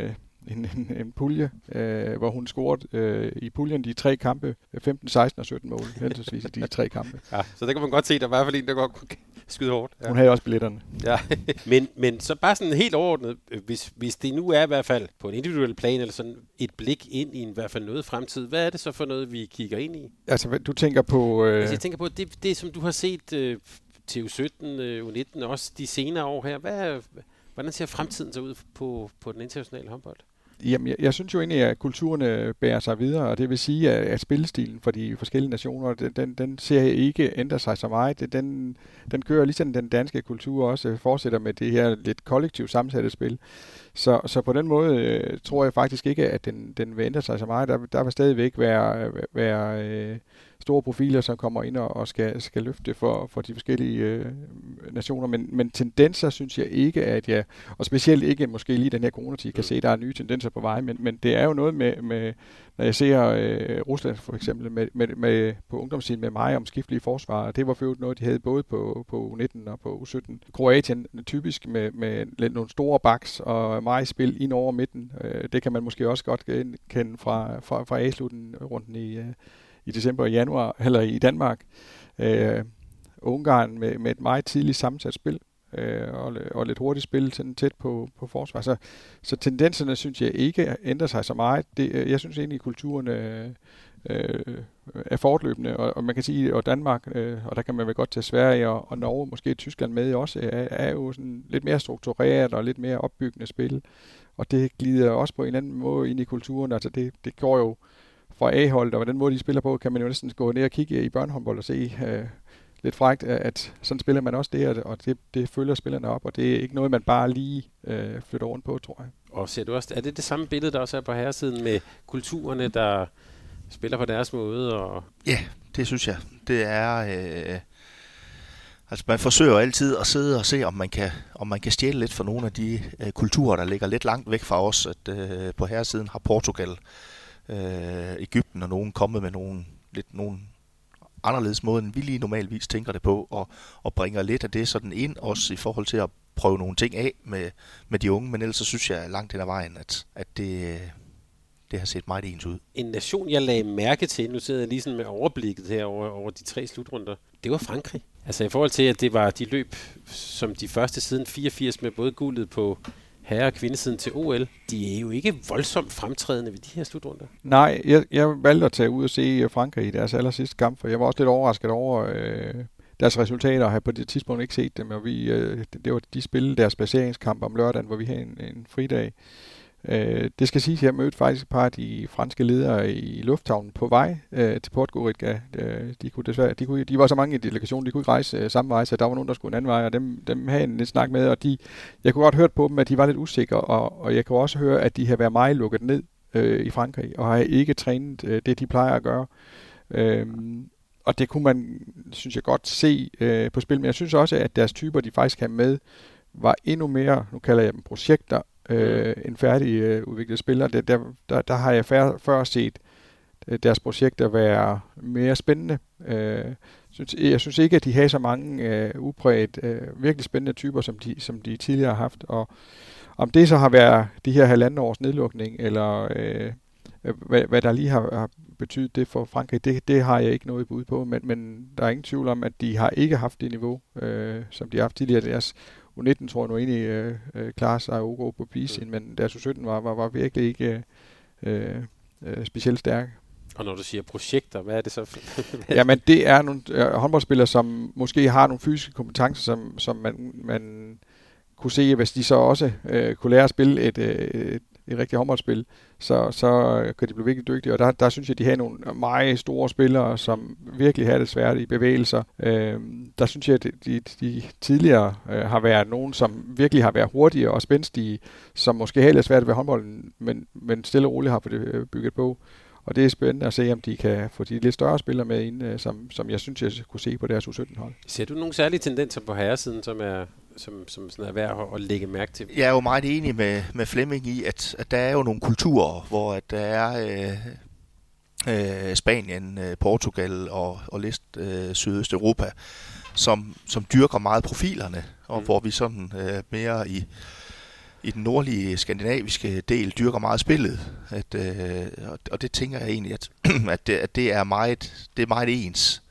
en pulje, hvor hun scorede i puljen de 3 kampe, 15, 16 og 17 mål, henholdsvis i de 3 kampe. Ja, så der kan man godt se, at der var i hvert fald en, der godt Skyde hårdt. Ja. Hun havde også billetterne. Ja. men så bare sådan helt overordnet, hvis det nu er i hvert fald på en individuel plan, eller sådan et blik ind i i hvert fald noget fremtid, hvad er det så for noget, vi kigger ind i? Altså, du tænker på... Altså, jeg tænker på, det som du har set til U17, U19, også de senere år her, hvordan ser fremtiden så ud på den internationale håndbold? Jamen, jeg synes jo egentlig, at kulturerne bærer sig videre, og det vil sige, at spillestilen for de forskellige nationer, den ser jeg ikke ændre sig så meget. Den kører ligesom den danske kultur også fortsætter med det her lidt kollektivt sammensatte spil. Så på den måde tror jeg faktisk ikke, at den vil ændre sig så meget. Der vil stadigvæk være store profiler, som kommer ind og skal løfte for de forskellige nationer. Men tendenser synes jeg ikke, at jeg, og specielt ikke måske lige den her coronatid, kan se, at der er nye tendenser på vej. Men det er jo noget med når jeg ser Rusland for eksempel med på ungdomssiden med meget omskiftelige forsvar. Det var for noget, de havde både på U19 og på U17. Kroatien typisk med nogle store backs og meget spil ind over midten. Det kan man måske også godt kende fra A-slutten runden i december og januar, eller i Danmark. Ungarn med et meget tidligt sammensat spil, og lidt hurtigt spil sådan tæt på forsvar. Så tendenserne synes jeg ikke ændrer sig så meget. Jeg synes egentlig, at kulturen er fortløbende, og man kan sige, at Danmark, og der kan man vel godt tage Sverige og Norge, måske Tyskland med også, er jo sådan lidt mere struktureret og lidt mere opbyggende spil. Og det glider også på en eller anden måde ind i kulturen. Altså det går jo fra A-holdet, og den måde, de spiller på, kan man jo næsten gå ned og kigge i børnehåndbold og se lidt frækt, at sådan spiller man også det, og det følger spillerne op, og det er ikke noget, man bare lige flytter rundt på, tror jeg. Og ser du også, er det samme billede, der også er på herresiden med kulturerne, der spiller på deres måde? Og ja, det synes jeg. Det er... altså man forsøger altid at sidde og se, om man kan stjæle lidt fra nogle af de kulturer, der ligger lidt langt væk fra os. At på herresiden har Portugal, Egypten og nogen kommet med nogle anderledes måde, end vi lige normalvis tænker det på, og bringer lidt af det sådan ind, også i forhold til at prøve nogle ting af med de unge, men ellers så synes jeg langt hen ad vejen, at det har set meget ens ud. En nation, jeg lagde mærke til, nu sidder jeg lige sådan med overblikket her over de 3 slutrunder, det var Frankrig. Altså i forhold til, at det var de løb, som de første siden 84 med både guldet på herre- og kvindesiden til OL, de er jo ikke voldsomt fremtrædende ved de her slutrunder. Nej, jeg valgte at tage ud og se Frankrig i deres allersidste kamp, for jeg var også lidt overrasket over deres resultater, og har på det tidspunkt ikke set dem, og det var de spillede deres baseringskamp om lørdagen, hvor vi havde en fridag. Det skal siges, at jeg mødte faktisk et par af de franske ledere i lufthavnen på vej til Podgorica. De var så mange i delegationen, de kunne ikke rejse samme vej, så der var nogen, der skulle en anden vej, og dem havde en lidt snak med, og jeg kunne godt høre på dem, at de var lidt usikre, og jeg kunne også høre, at de havde været meget lukket ned i Frankrig, og har ikke trænet det, de plejer at gøre. Og det kunne man, synes jeg, godt se på spil, men jeg synes også, at deres typer, de faktisk havde med, var endnu mere, nu kalder jeg dem projekter, en færdig udviklet spiller. Der har jeg før set deres projekter være mere spændende. Jeg synes ikke, at de har så mange upræget, virkelig spændende typer, som de tidligere har haft. Og om det så har været de her 1,5 års nedlukning, eller hvad der lige har betydet det for Frankrig, det har jeg ikke noget bud på, men der er ingen tvivl om, at de har ikke haft det niveau, som de har haft tidligere. Deres U19 tror jeg nu egentlig klarer sig Ogo på pleasing, men deres U17 var virkelig ikke specielt stærke. Og når du siger projekter, hvad er det så? Jamen det er nogle håndboldspillere, som måske har nogle fysiske kompetencer, som man kunne se, hvis de så også kunne lære at spille et rigtigt håndboldspil, så kan de blive virkelig dygtige. Og der synes jeg, de har nogle meget store spillere, som virkelig har det svært i bevægelser. Der synes jeg, at de tidligere har været nogen, som virkelig har været hurtige og spændstige, som måske har lidt svært ved håndbolden, men stille og roligt har fået det bygget på. Og det er spændende at se, om de kan få de lidt større spillere med ind, som jeg synes, jeg kunne se på deres U17-hold. Ser du nogle særlige tendenser på herresiden, som sådan er værd at lægge mærke til? Jeg er jo meget enig med Flemming i, at der er jo nogle kulturer, hvor at der er Spanien, Portugal og lidt Sydøsteuropa, som dyrker meget profilerne, og hvor vi sådan mere i den nordlige skandinaviske del dyrker meget spillet. Og det tænker jeg egentlig, at det er meget ens.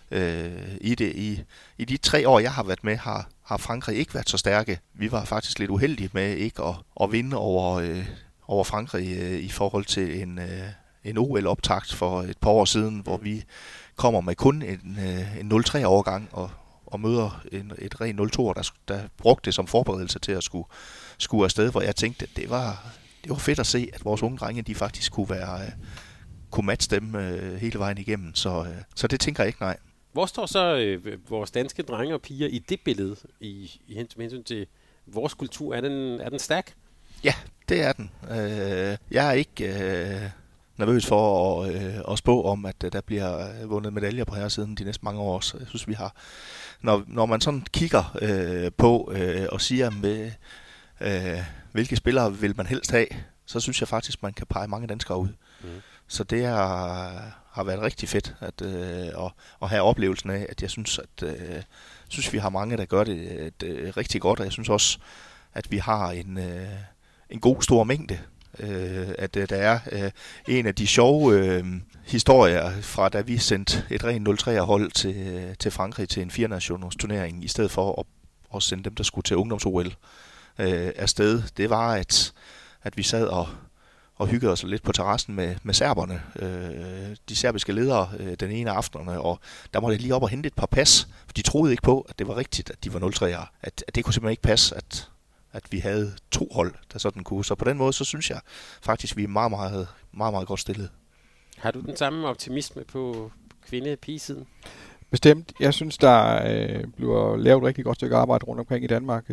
i det. I de 3 år, jeg har været med, har Frankrig ikke været så stærke. Vi var faktisk lidt uheldige med ikke at vinde over Frankrig i forhold til en OL-optakt for et par år siden, hvor vi kommer med kun en 0-3-overgang og møder et ren 0-2'er, der brugte det som forberedelse til at skulle afsted, hvor jeg tænkte, at det var fedt at se, at vores unge drenge, de faktisk kunne matche dem hele vejen igennem. Så det tænker jeg ikke, nej. Hvor står så vores danske drenge og piger i det billede, i hensyn til vores kultur? Er den stærk? Ja, det er den. Jeg er ikke nervøs for at spå om, at der bliver vundet medaljer på her siden de næste mange år. Så jeg synes, vi har... Når man sådan kigger på og siger med, hvilke spillere vil man helst have, så synes jeg faktisk, man kan pege mange danskere ud. Mm. Så det har været rigtig fedt at have oplevelsen af, at jeg synes, at vi har mange, der gør det rigtig godt, og jeg synes også, at vi har en god stor mængde. At der er en af de sjove historier fra, da vi sendte et rent 0-3-hold til Frankrig til en 4-nationers turnering, i stedet for at sende dem, der skulle til ungdoms-OL afsted. Det var, at vi sad og hyggede os lidt på terrassen med serberne, de serbiske ledere, den ene af aftenerne, og der måtte jeg lige op og hente et par pas, for de troede ikke på, at det var rigtigt, at de var 0-3'ere. At det kunne simpelthen ikke passe, at vi havde 2 hold, der sådan kunne. Så på den måde, så synes jeg faktisk, vi er meget, meget, meget, meget godt stillet. Har du den samme optimisme på kvinde-pigesiden? Bestemt. Jeg synes, der bliver lavet et rigtig godt stykke arbejde rundt omkring i Danmark.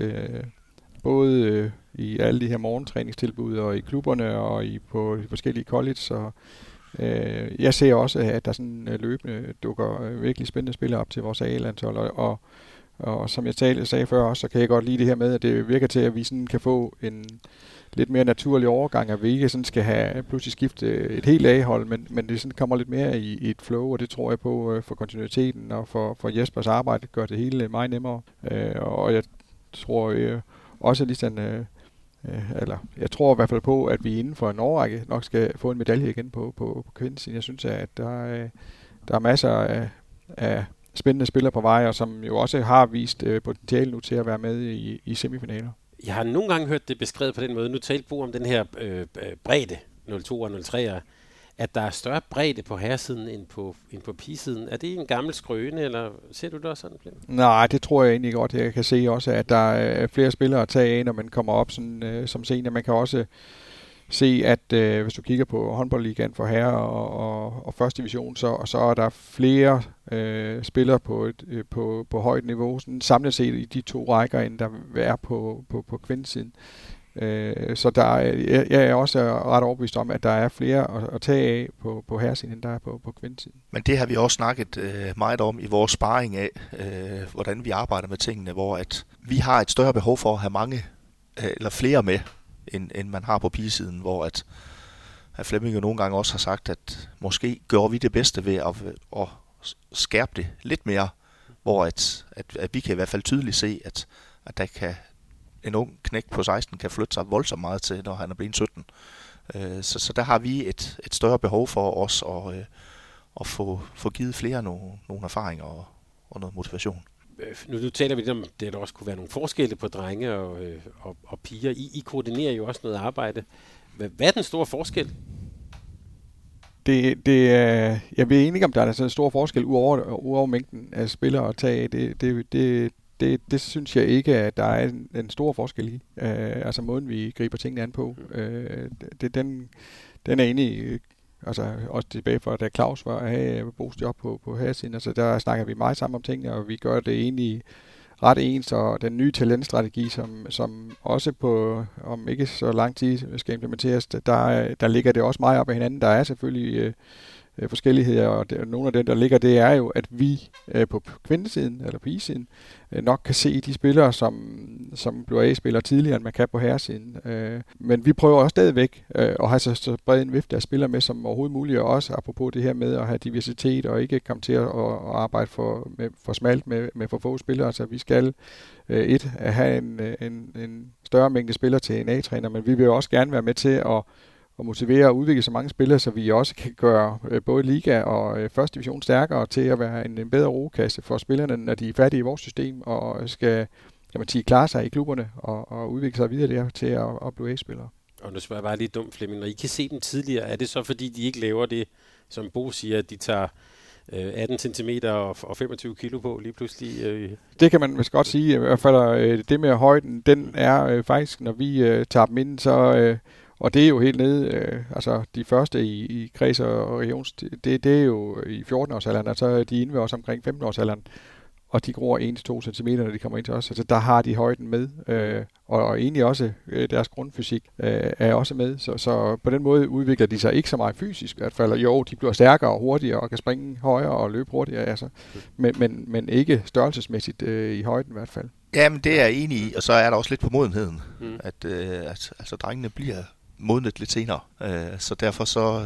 Både i alle de her morgentræningstilbud og i klubberne og på de forskellige colleges. Og jeg ser også, at der sådan løbende dukker virkelig spændende spillere op til vores A-landshold. Og som jeg sagde før også, så kan jeg godt lide det her med, at det virker til, at vi sådan kan få en lidt mere naturlig overgang, at vi ikke sådan skal have pludselig skifte et helt A-hold, men det sådan kommer lidt mere i et flow, og det tror jeg på for kontinuiteten og for Jespers arbejde gør det hele meget nemmere. Og jeg tror også ligesom, jeg tror i hvert fald på, at vi inden for en årrække nok skal få en medalje igen på kvindesiden. Jeg synes, at der er masser af spændende spillere på vej, og som jo også har vist potentiale nu til at være med i semifinaler. Jeg har nogle gange hørt det beskrevet på den måde. Nu talte Bo om den her bredde, 0-2 og 0-3'er, at der er større bredde på herresiden end på pigesiden. Er det en gammel skrøne, eller ser du det også sådan? Nej, det tror jeg egentlig godt. Jeg kan se også, at der er flere spillere at tage af, når man kommer op sådan, som senior. Man kan også se, at hvis du kigger på håndboldligaen for herre og første division, så er der flere spillere på højt niveau, sådan samlet set i de 2 rækker, end der er på kvindesiden. Så jeg er også ret overbevist om, at der er flere at tage af på herresiden, end der er på kvindesiden. Men det har vi også snakket meget om i vores sparring af, hvordan vi arbejder med tingene, hvor at vi har et større behov for at have mange eller flere med, end man har på pigesiden, hvor at Flemming jo nogle gange også har sagt, at måske gør vi det bedste ved at skærpe det lidt mere, hvor at vi kan i hvert fald tydeligt se, at der kan en ung knægt på 16 kan flytte sig voldsomt meget til, når han er blevet 17. Så der har vi et større behov for os at få givet flere nogle erfaringer og noget motivation. Nu taler vi lidt om, at der også kunne være nogle forskelle på drenge og piger. I koordinerer jo også noget arbejde. Hvad er den store forskel? Jeg ved egentlig ikke, om der er sådan en stor forskel udover mængden af spillere at tage af. Det synes jeg ikke, at der er en stor forskel i. Altså måden, vi griber tingene an på. Den er egentlig altså også tilbage fra, da Claus var at have Bo's job på herresiden. Altså der snakker vi meget sammen om tingene, og vi gør det egentlig ret ens, og den nye talentstrategi, som også på, om ikke så lang tid skal implementeres, der ligger det også meget op ad hinanden. Der er selvfølgelig forskelligheder, og nogle af dem, der ligger, det er jo, at vi på kvindesiden, eller pigesiden, nok kan se de spillere, som bliver A-spillere tidligere, end man kan på herresiden. Men vi prøver også stadigvæk at have så bred en vifte af spillere med, som overhovedet muligt, og også apropos det her med at have diversitet, og ikke komme til at arbejde for smalt med for få spillere. Så vi skal have en større mængde spillere til en A-træner, men vi vil også gerne være med til motivere og udvikle så mange spillere, så vi også kan gøre både liga og første division stærkere til at være en bedre rokasse for spillerne, når de er færdige i vores system og skal klare sig i klubberne og udvikle sig videre der til at blive A-spillere. Og nu spørger jeg bare lige dumt, Flemming. Når I kan se dem tidligere, er det så fordi, de ikke laver det, som Bo siger, at de tager 18 cm og 25 kilo på lige pludselig? Det kan man vist godt sige. I hvert fald det med højden, den er faktisk, når vi tager dem ind, så... Og det er jo helt nede, altså de første i kreds og regions, det er jo i 14-årsalderen, og så er de inde ved os omkring 15-årsalderen, og de gror 1-2 cm, når de kommer ind til os. Altså der har de højden med, og egentlig også deres grundfysik er også med. Så på den måde udvikler de sig ikke så meget fysisk i hvert fald. Jo, de bliver stærkere og hurtigere og kan springe højere og løbe hurtigere, altså. Men ikke størrelsesmæssigt i højden i hvert fald. Jamen det er jeg enig i, og så er der også lidt på modenheden, at altså drengene bliver modnet lidt senere, så derfor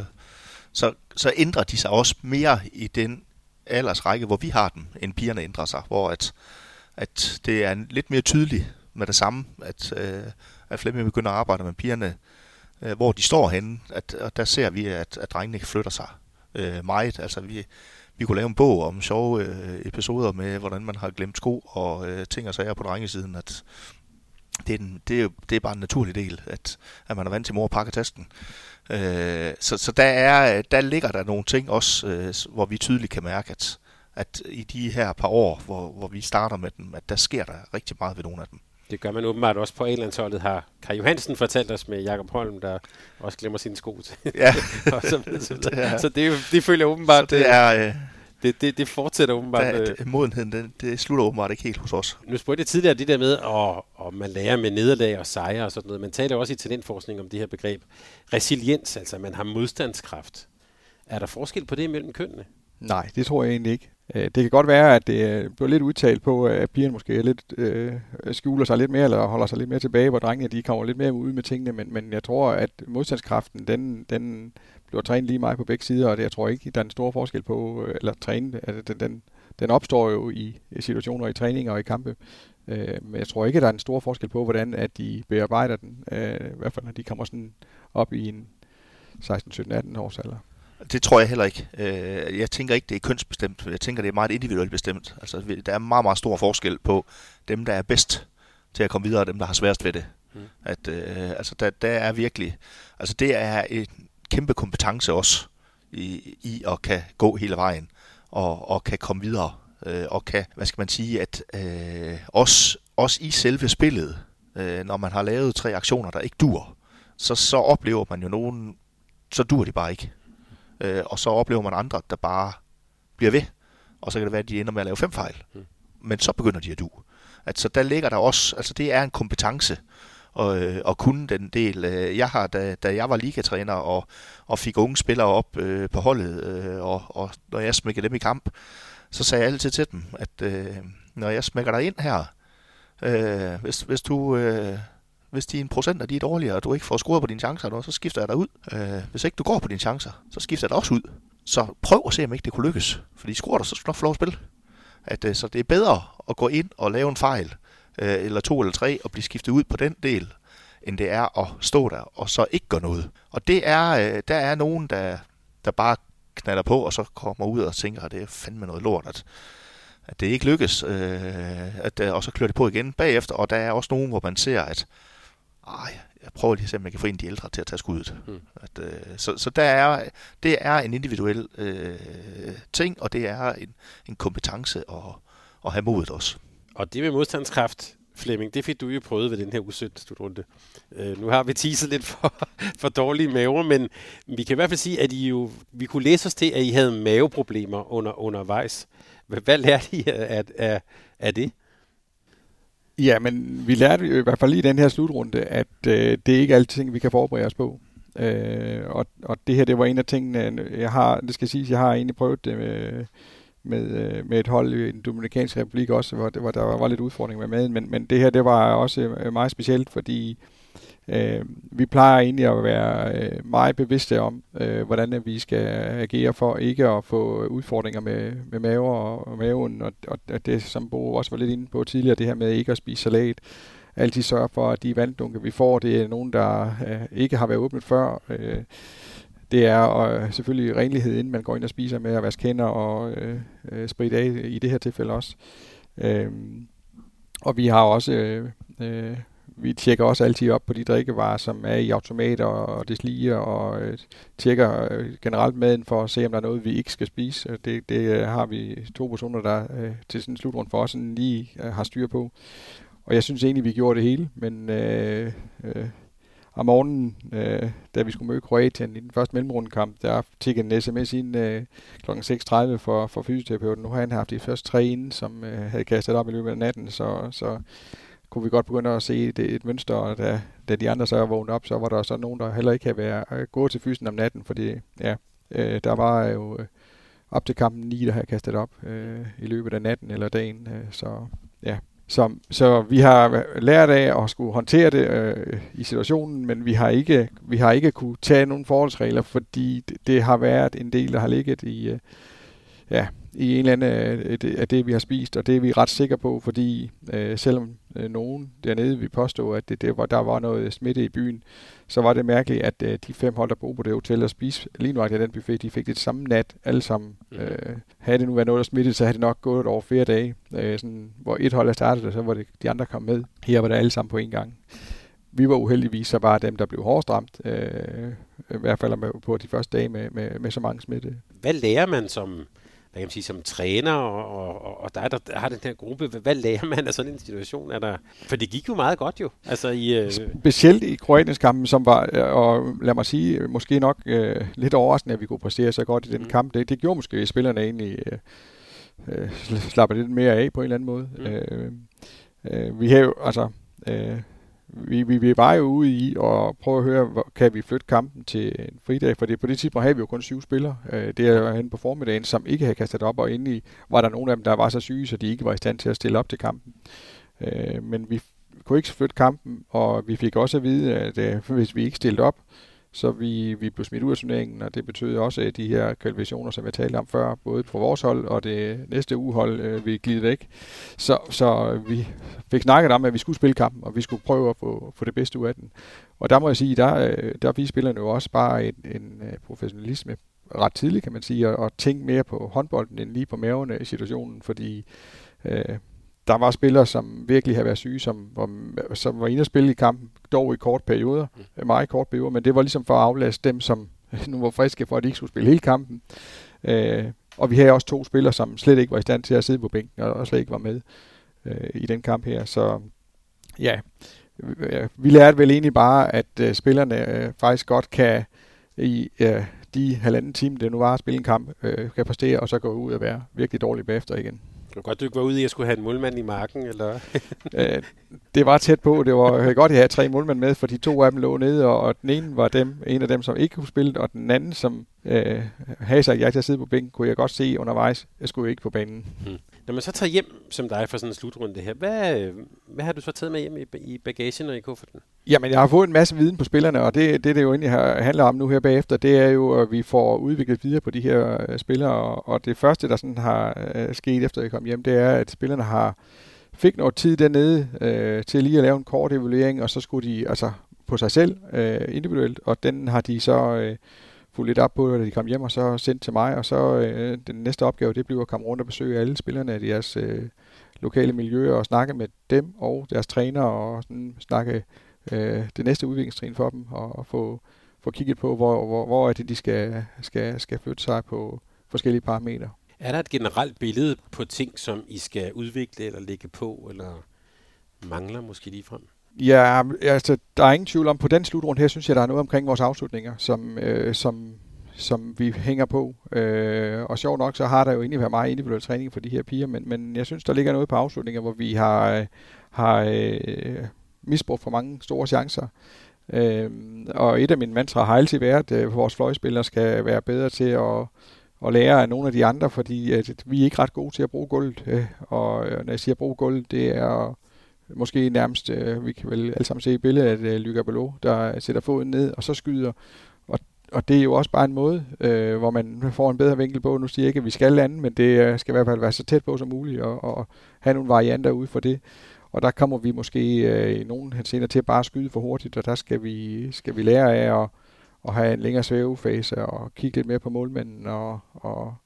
så ændrer de sig også mere i den aldersrække, hvor vi har dem, end pigerne ændrer sig, hvor at det er lidt mere tydeligt med det samme, at Flemming begynder at arbejde med pigerne, hvor de står henne, og der ser vi, at drengene flytter sig meget. Altså vi kunne lave en bog om sjove episoder med, hvordan man har glemt sko og ting og sager på drengesiden, at det er bare en naturlig del, at man er vant til mor at pakke tasken. Så der ligger der nogle ting også, hvor vi tydeligt kan mærke, at i de her par år, hvor vi starter med dem, at der sker der rigtig meget ved nogle af dem. Det gør man åbenbart også på A-landsholdet, har Kai Johansen fortalt os med Jakob Holm, der også glemmer sine sko til. Ja. Så det føler åbenbart... Så det er... Det fortsætter åbenbart. Modenheden, det slutter åbenbart ikke helt hos os. Nu spurgte jeg tidligere det der med, at man lærer med nederlag og sejre og sådan noget. Man taler også i talentforskning om det her begreb. Resiliens, altså man har modstandskraft. Er der forskel på det mellem kønnene? Nej, det tror jeg egentlig ikke. Det kan godt være, at det bliver lidt udtalt på, at pigerne måske lidt skjuler sig lidt mere, eller holder sig lidt mere tilbage, hvor drengene de kommer lidt mere ud med tingene, men jeg tror, at modstandskraften, den bliver trænet lige meget på begge sider, og det, jeg tror ikke, der er en stor forskel på, eller træne, altså, den opstår jo i situationer, i træninger og i kampe, men jeg tror ikke, der er en stor forskel på, hvordan at de bearbejder den, i hvert fald når de kommer sådan op i en 16, 17, 18 års alder. Det tror jeg heller ikke. Jeg tænker ikke, det er kønsbestemt. Jeg tænker, det er meget individuelt bestemt. Altså, der er meget, meget stor forskel på dem, der er bedst til at komme videre, og dem, der har sværest ved det. Altså, der er virkelig... Altså, det er en kæmpe kompetence også i at kan gå hele vejen og kan komme videre. Og kan, hvad skal man sige, at også i selve spillet, når man har lavet 3 aktioner, der ikke dur, så oplever man jo nogen... Så dur de bare ikke. Og så oplever man andre, der bare bliver ved. Og så kan det være, at de ender med at lave 5 fejl. Men så begynder de at du. Altså der ligger der også, altså det er en kompetence at kunne den del. Jeg har, da jeg var ligatræner og fik unge spillere op på holdet, og når jeg smækkede dem i kamp, så sagde jeg altid til dem, at når jeg smækker dig ind her, hvis dine procenter de er dårligere, og du ikke får scoret på dine chancer, så skifter jeg dig ud. Hvis ikke du går på dine chancer, så skifter jeg dig også ud. Så prøv at se, om ikke det kunne lykkes. Fordi scorer dig, så skal du nok få lov at spille. Så det er bedre at gå ind og lave en fejl, eller 2 eller 3, og blive skiftet ud på den del, end det er at stå der og så ikke gøre noget. Og det er, der er nogen, der bare knalder på, og så kommer ud og tænker, at det er fandme noget lort, at det ikke lykkes, og så klør det på igen bagefter. Og der er også nogen, hvor man ser, at jeg prøver lige at se, om jeg kan få en af de ældre til at tage skuddet. Så det er en individuel ting, og det er en kompetence at have modet også. Og det med modstandskraft, Flemming, det fik du jo prøvet ved den her U17-slutrunde. Nu har vi teaset lidt for dårlige maver, men vi kan i hvert fald sige, at vi kunne læse os til, at I havde maveproblemer undervejs. Hvad lærte I af det? Ja, men vi lærte i hvert fald lige i den her slutrunde, at det er ikke alle ting, vi kan forberede os på. Og det her, det var en af tingene, jeg har egentlig prøvet det med et hold i den Dominikanske Republik også, hvor der var lidt udfordring med maden, men det her, det var også meget specielt, fordi vi plejer egentlig at være meget bevidste om, hvordan vi skal agere for ikke at få udfordringer med maver og maven, og det, som Bo også var lidt inde på tidligere, det her med ikke at spise salat, altid sørge for, at de vanddunke, vi får, det er nogen, der ikke har været åbnet før. Det er selvfølgelig renlighed, inden man går ind og spiser, med at vaske hænder og spritte af i det her tilfælde også. Og vi har også... vi tjekker også altid op på de drikkevarer, som er i automater og desliger, og tjekker generelt maden for at se, om der er noget, vi ikke skal spise. Det har vi 2 personer, der til sådan en slutrunde for os lige har styr på. Og jeg synes egentlig, vi gjorde det hele, men om morgenen, da vi skulle møde Kroatien i den første mellemrundekamp, der tikkede en sms ind kl. 6.30 for fysioterapeuten. Nu har han haft de første 3 inden, som havde kastet op i løbet af natten, så kunne vi godt begynde at se et mønster, og da de andre så er vågnet op, så var der så nogen, der heller ikke havde været gået til fysen om natten, fordi der var jo op til kampen 9, der havde kastet op i løbet af natten eller dagen, Så vi har lært af at skulle håndtere det i situationen, men vi har ikke kunne tage nogle forholdsregler, fordi det har været en del, der har ligget i en eller anden af det, vi har spist, og det er vi ret sikre på, fordi selvom nogen dernede vil påstå, at der var noget smitte i byen, så var det mærkeligt, at de 5 hold, der boede på det hotel og spiste lige nu af den buffet, de fik det samme nat alle sammen. Havde det nu været noget, der smittede, så havde det nok gået over flere dage, hvor et hold er startet, og så var det de andre kom med. Her var det alle sammen på en gang. Vi var uheldigvis så bare dem, der blev hårdest ramt, i hvert fald på de første dage med så mange smitte. Hvad lærer man som træner, og der har den her gruppe, hvad lærer man af sådan en situation? For det gik jo meget godt jo. Specielt i Kroatiens kampen, som var, og lad mig sige, måske nok lidt overraskende, at vi kunne præstere så godt i den kamp. Det gjorde måske spillerne egentlig slapper lidt mere af på en eller anden måde. Vi har jo, Vi var jo ude i at prøve at høre, kan vi flytte kampen til en fridag, for på det tidspunkt havde vi jo kun 7 spillere. Det er henne på formiddagen, som ikke havde kastet op, og endelig var der nogle af dem, der var så syge, så de ikke var i stand til at stille op til kampen. Men vi kunne ikke flytte kampen, og vi fik også at vide, at hvis vi ikke stillede op, så vi blev smidt ud af turneringen, og det betød også, at de her kvalifikationer, som jeg talte om før, både på vores hold og det næste ugehold, vi glide væk. Så vi fik snakket om, at vi skulle spille kampen, og vi skulle prøve at få det bedste ud af den. Og der må jeg sige, der viste spillerne jo også bare en professionalisme ret tidligt, kan man sige, og tænke mere på håndbolden end lige på maven i situationen, fordi der var spillere, som virkelig havde været syge, som var inde og spille i kampen, dog i kort perioder, meget kort perioder, men det var ligesom for at aflaste dem, som nu var friske, for at de ikke skulle spille hele kampen. Og vi havde også 2 spillere, som slet ikke var i stand til at sidde på bænken, og slet ikke var med i den kamp her. Så ja, vi lærte vel egentlig bare, at spillerne faktisk godt kan i de 1,5 time, det nu var at spille en kamp, kan præstere, og så gå ud og være virkelig dårlig bagefter igen. Det var godt, du ikke var ude i at skulle have en målmand i marken, eller? Det var tæt på. Det var godt, at jeg havde 3 målmænd med, for de 2 af dem lå nede, og den ene var en af dem, som ikke kunne spille, og den anden, som havde sagt, at jeg til at sidde på bænken, kunne jeg godt se undervejs, jeg skulle ikke på banen. Når man så tager hjem som dig for sådan en slutrunde her, hvad har du så taget med hjem i bagagen og i kufferten? Jamen, jeg har fået en masse viden på spillerne, og det jo egentlig handler om nu her bagefter, det er jo, at vi får udviklet videre på de her spillere, og det første, der sådan har sket efter jeg kom hjem, det er, at spillerne fik noget tid dernede til lige at lave en kort evaluering, og så skulle de på sig selv individuelt, og den har de så fulgt lidt op på, da de kom hjem, og så sendt til mig, og så den næste opgave, det bliver at komme rundt og besøge alle spillerne af deres lokale miljøer, og snakke med dem og deres trænere, og sådan snakke det næste udviklingstrin for dem, og få kigget på, hvor er det, de skal flytte sig på forskellige parametre. Er der et generelt billede på ting, som I skal udvikle eller lægge på, eller mangler måske ligefrem? Ja, altså, der er ingen tvivl om, på den slutrunde her, synes jeg, der er noget omkring vores afslutninger, som vi hænger på. Og sjovt nok, så har der jo egentlig været meget individuel træning for de her piger, men jeg synes, der ligger noget på afslutninger, hvor vi har misbrugt for mange store chancer. Og et af mine mantraer har altid været, at vores fløjspillere skal være bedre til at lære af nogle af de andre, fordi vi er ikke ret gode til at bruge gulvet. Og når jeg siger bruge gulvet, det er måske nærmest, vi kan vel alle sammen se i billedet af Lyga Belot, der sætter foden ned og så skyder. Og det er jo også bare en måde, hvor man får en bedre vinkel på. Nu siger jeg ikke, at vi skal lande, men det skal i hvert fald være så tæt på som muligt og have nogle varianter ude for det. Og der kommer vi måske i nogen henseender til at bare skyde for hurtigt, og der skal vi lære af at have en længere svævefase og kigge lidt mere på målmanden og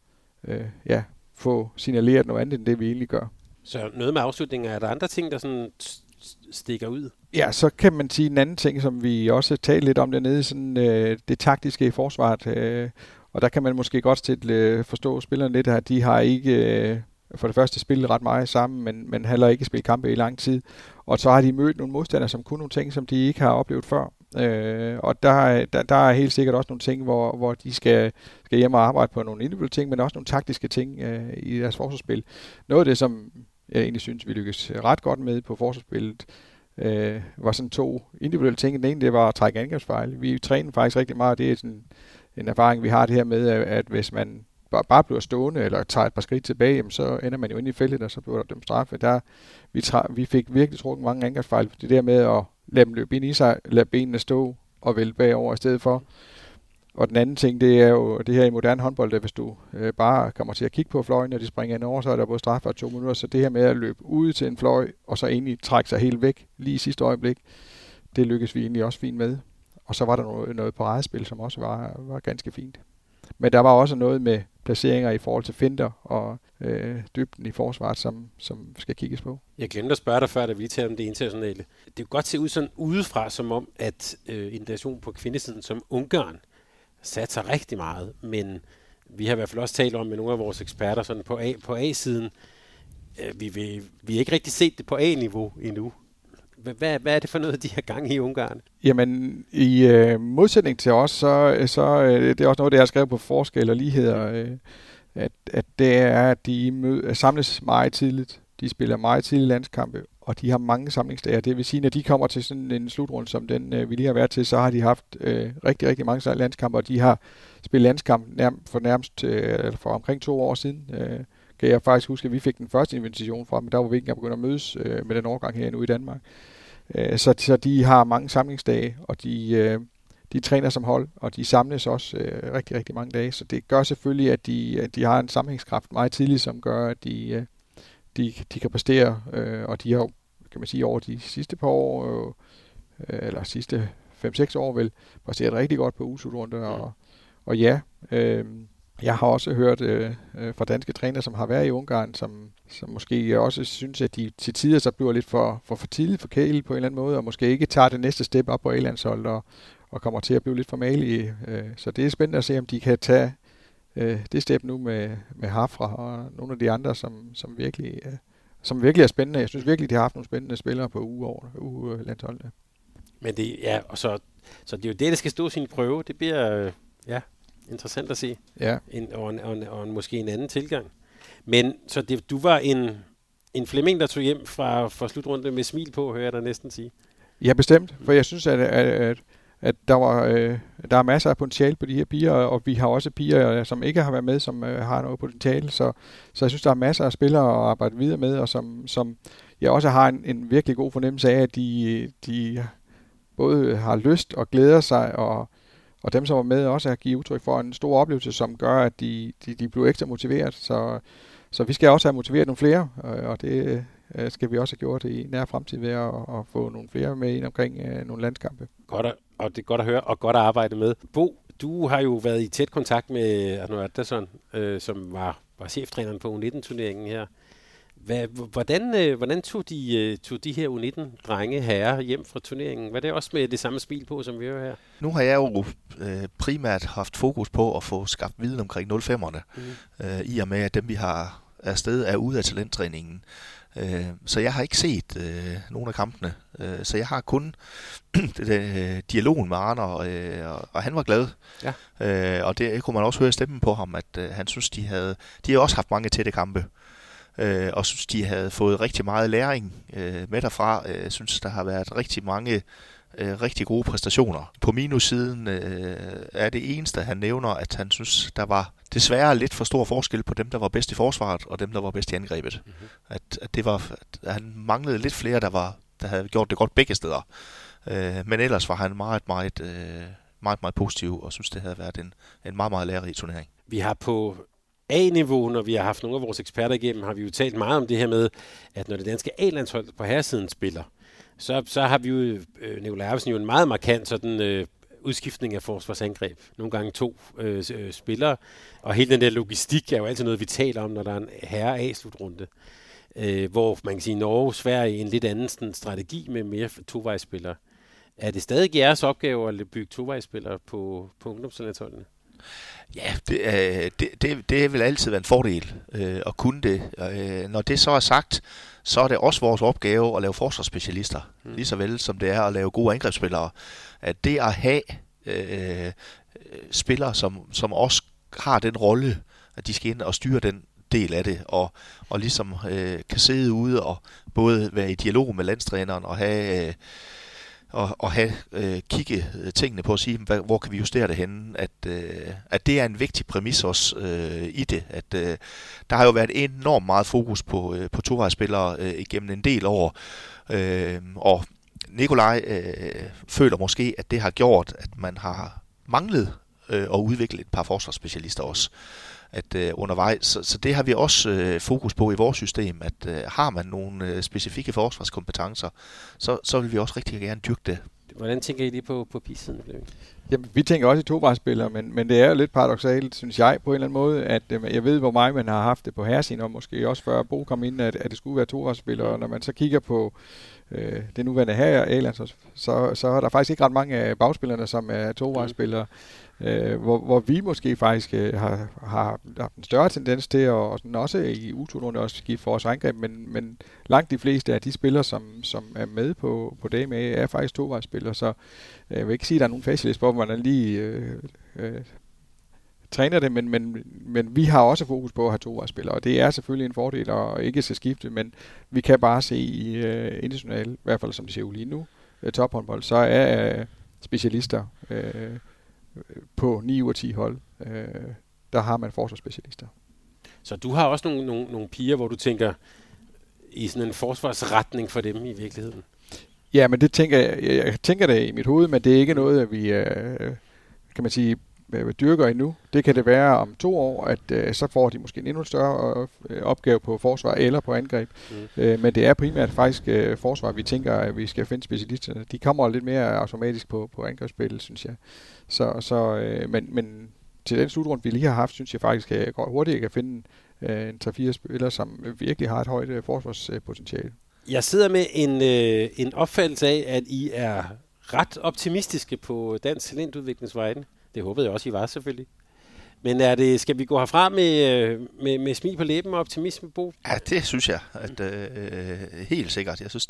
få signaleret noget andet end det, vi egentlig gør. Så noget med afslutningen, er der andre ting, der sådan stikker ud? Ja, så kan man sige en anden ting, som vi også talte lidt om dernede, sådan det taktiske i forsvaret. Og der kan man måske godt forstå spillerne lidt, at de har ikke for det første spillet ret meget sammen, men heller ikke spillet kampe i lang tid. Og så har de mødt nogle modstandere, som kunne nogle ting, som de ikke har oplevet før. Og der er helt sikkert også nogle ting, hvor de skal hjem og arbejde på nogle individuelle ting, men også nogle taktiske ting i deres forsvarsspil. Noget af det, som jeg egentlig synes, vi lykkes ret godt med på forsvarsspillet, var sådan 2 individuelle ting. Den ene, det var at trække angrebsfejl. Vi træner faktisk rigtig meget, det er sådan en erfaring, vi har det her med, at hvis man bare bliver stående eller tager et par skridt tilbage, jamen, så ender man jo inde i feltet, og så bliver der dømt straffe. Vi fik virkelig trukket mange angrebsfejl. Det der med at lade dem løbe ind i sig, lade benene stå og vælge bagover i stedet for. Og den anden ting, det er jo det her i moderne håndbold, at hvis du bare kommer til at kigge på fløjen, og de springer ind over, så er der både straffe og 2 minutter. Så det her med at løbe ud til en fløj, og så egentlig trække sig helt væk lige i sidste øjeblik, det lykkes vi egentlig også fint med. Og så var der noget på egetspil, som også var ganske fint. Men der var også noget med placeringer i forhold til finter og dybden i forsvaret, som skal kigges på. Jeg glemte at spørge dig før, da vi talte om det internationale. Det kan godt se ud sådan udefra, som om, at en nation på kvindesiden som Ungarn satser rigtig meget, men vi har i hvert fald også talt om med nogle af vores eksperter sådan på A-siden. Vi har ikke rigtig set det på A-niveau endnu. Hvad er det for noget, de har gang i Ungarn? Jamen, i modsætning til os, så det er også noget, det jeg har skrevet på forskel og ligheder, at det er, at de samles meget tidligt. De spiller meget tidlige landskampe, og de har mange samlingsdage. Det vil sige, når de kommer til sådan en slutrunde, som den vi lige har været til, så har de haft rigtig, rigtig mange landskampe, og de har spillet landskamp for omkring 2 år siden. Kan jeg faktisk huske, at vi fik den første invitation fra, men der var vi ikke engang begyndt at mødes med den årgang her nu i Danmark. Så de har mange samlingsdage, og de træner som hold, og de samles også rigtig, rigtig mange dage. Så det gør selvfølgelig, at de har en sammenhængskraft meget tidligt, som gør, at de kan præstere, og de har, kan man sige, over de sidste par år, eller sidste 5-6 år vel, præsteret rigtig godt på U-slutrunder, og ja, jeg har også hørt fra danske trænere, som har været i Ungarn, som måske også synes, at de til tider så bliver lidt for tidligt forkælet på en eller anden måde, og måske ikke tager det næste step op på A-landsholdet og kommer til at blive lidt for malige. Så det er spændende at se, om de kan tage det step nu med Hafra og nogle af de andre, som virkelig er spændende. Jeg synes virkelig, de har haft nogle spændende spillere på U-landsholdet. Men det, ja, og så det er jo det, der skal stå sin prøve. Det bliver interessant at se. Ja. Og måske en anden tilgang. Men så du var en Flemming, der tog hjem fra slutrunde med smil på, hører jeg dig næsten sige. Ja, bestemt. For jeg synes, at der er masser af potentiale på de her piger, og vi har også piger, som ikke har været med, som har noget potentiale. Så jeg synes, der er masser af spillere at arbejde videre med, og som jeg også har en virkelig god fornemmelse af, at de både har lyst og glæder sig, og dem, som var med, også har givet udtryk for en stor oplevelse, som gør, at de bliver ekstra motiveret. Så vi skal også have motiveret nogle flere, og det skal vi også have gjort i nær fremtid ved at få nogle flere med ind omkring nogle landskampe. Godt, og det er godt at høre, og godt at arbejde med. Bo, du har jo været i tæt kontakt med Arno Adderson, som var cheftræneren på U19-turneringen her. Hvordan tog de her U19-drenge herrer hjem fra turneringen? Var det også med det samme smil på, som vi hører her? Nu har jeg jo primært haft fokus på at få skabt viden omkring 05'erne, i og med at dem, vi har afsted, er ude af talenttræningen. Så jeg har ikke set nogle af kampene. Så jeg har kun dialogen med Arne, og han var glad. Ja. Og det kunne man også høre stemmen på ham, at han synes, de har også haft mange tætte kampe. Og synes, de havde fået rigtig meget læring med derfra. Synes, der har været rigtig mange rigtig gode præstationer. På minussiden er det eneste, han nævner, at han synes, der var desværre lidt for stor forskel på dem, der var bedst i forsvaret, og dem, der var bedst i angrebet. Mm-hmm. At han manglede lidt flere, der havde gjort det godt begge steder. Men ellers var han meget positiv, og synes, det havde været en meget, meget lærerig turnering. Vi har på A-niveau, når vi har haft nogle af vores eksperter igennem, har vi jo talt meget om det her med, at når det danske A-landshold på herresiden spiller, så har vi jo, Nikolaj Arvesen, jo en meget markant sådan, udskiftning af forsvarsangreb. Nogle gange 2 spillere, og hele den der logistik er jo altid noget, vi taler om, når der er en herre-A-slutrunde. Hvor man kan sige, Norge, Sverige en lidt anden sådan, strategi med mere tovejsspillere. Er det stadig jeres opgave at bygge tovejsspillere på ungdomslandsholdene? Ja, det vil altid være en fordel at kunne det. Når det så er sagt, så er det også vores opgave at lave forsvarsspecialister, lige så vel som det er at lave gode angrebsspillere. At det at have spillere, som også har den rolle, at de skal ind og styre den del af det, og ligesom kan sidde ude og både være i dialog med landstræneren og have kigge tingene på at sige, hvor kan vi justere det henne, at det er en vigtig præmis også i det, at der har jo været enormt meget fokus på tovejsspillere igennem en del år, og Nikolaj føler måske, at det har gjort, at man har manglet at udvikle et par forsvarsspecialister også undervejs. Så det har vi også fokus på i vores system, at har man nogle specifikke forsvarskompetencer, så vil vi også rigtig gerne dyrke det. Hvordan tænker I lige på pigssiden? Jamen, vi tænker også i tovejsspillere, men det er jo lidt paradoksalt, synes jeg, på en eller anden måde, at jeg ved, hvor meget man har haft det på herresiden, og måske også før Bo kom ind, at det skulle være tovejsspillere, og når man så kigger på det nuværende her A-landshold, så er der faktisk ikke ret mange af bagspillerne, som er tovejsspillere, hvor vi måske faktisk har en større tendens til at også i U2-runde også give for os angreb, men langt de fleste af de spillere, som er med på DMA, er faktisk tovejsspillere, så jeg vil ikke sige, at der er nogen facilist på, hvordan lige træner det, men vi har også fokus på at have tovejsspillere, og det er selvfølgelig en fordel at ikke se skifte, men vi kan bare se i internationalt, i hvert fald som det ser ud lige nu, tophåndbold, så er specialister på 9 ud af 10 hold, der har man forsvarsspecialister. Så du har også nogle piger, hvor du tænker i sådan en forsvarsretning for dem i virkeligheden? Ja, men det tænker jeg tænker det i mit hoved, men det er ikke noget, at vi kan man sige dyrker endnu. Det kan det være om 2 år, at så får de måske en endnu større opgave på forsvar eller på angreb. Men det er primært faktisk forsvar, vi tænker, at vi skal finde specialisterne. De kommer lidt mere automatisk på angrebsspil, synes jeg. Men til den slutrunde, vi lige har haft, synes jeg faktisk, at jeg hurtigt kan finde en 3-4 spillere, som virkelig har et højt forsvarspotentiale. Jeg sidder med en opfattelse af, at I er ret optimistiske på dansk talentudviklingsvejen. Det håbede jeg også, I var selvfølgelig. Men skal vi gå herfra med smil på læben og optimisme, Bo? Ja, det synes jeg. At, helt sikkert. Jeg synes,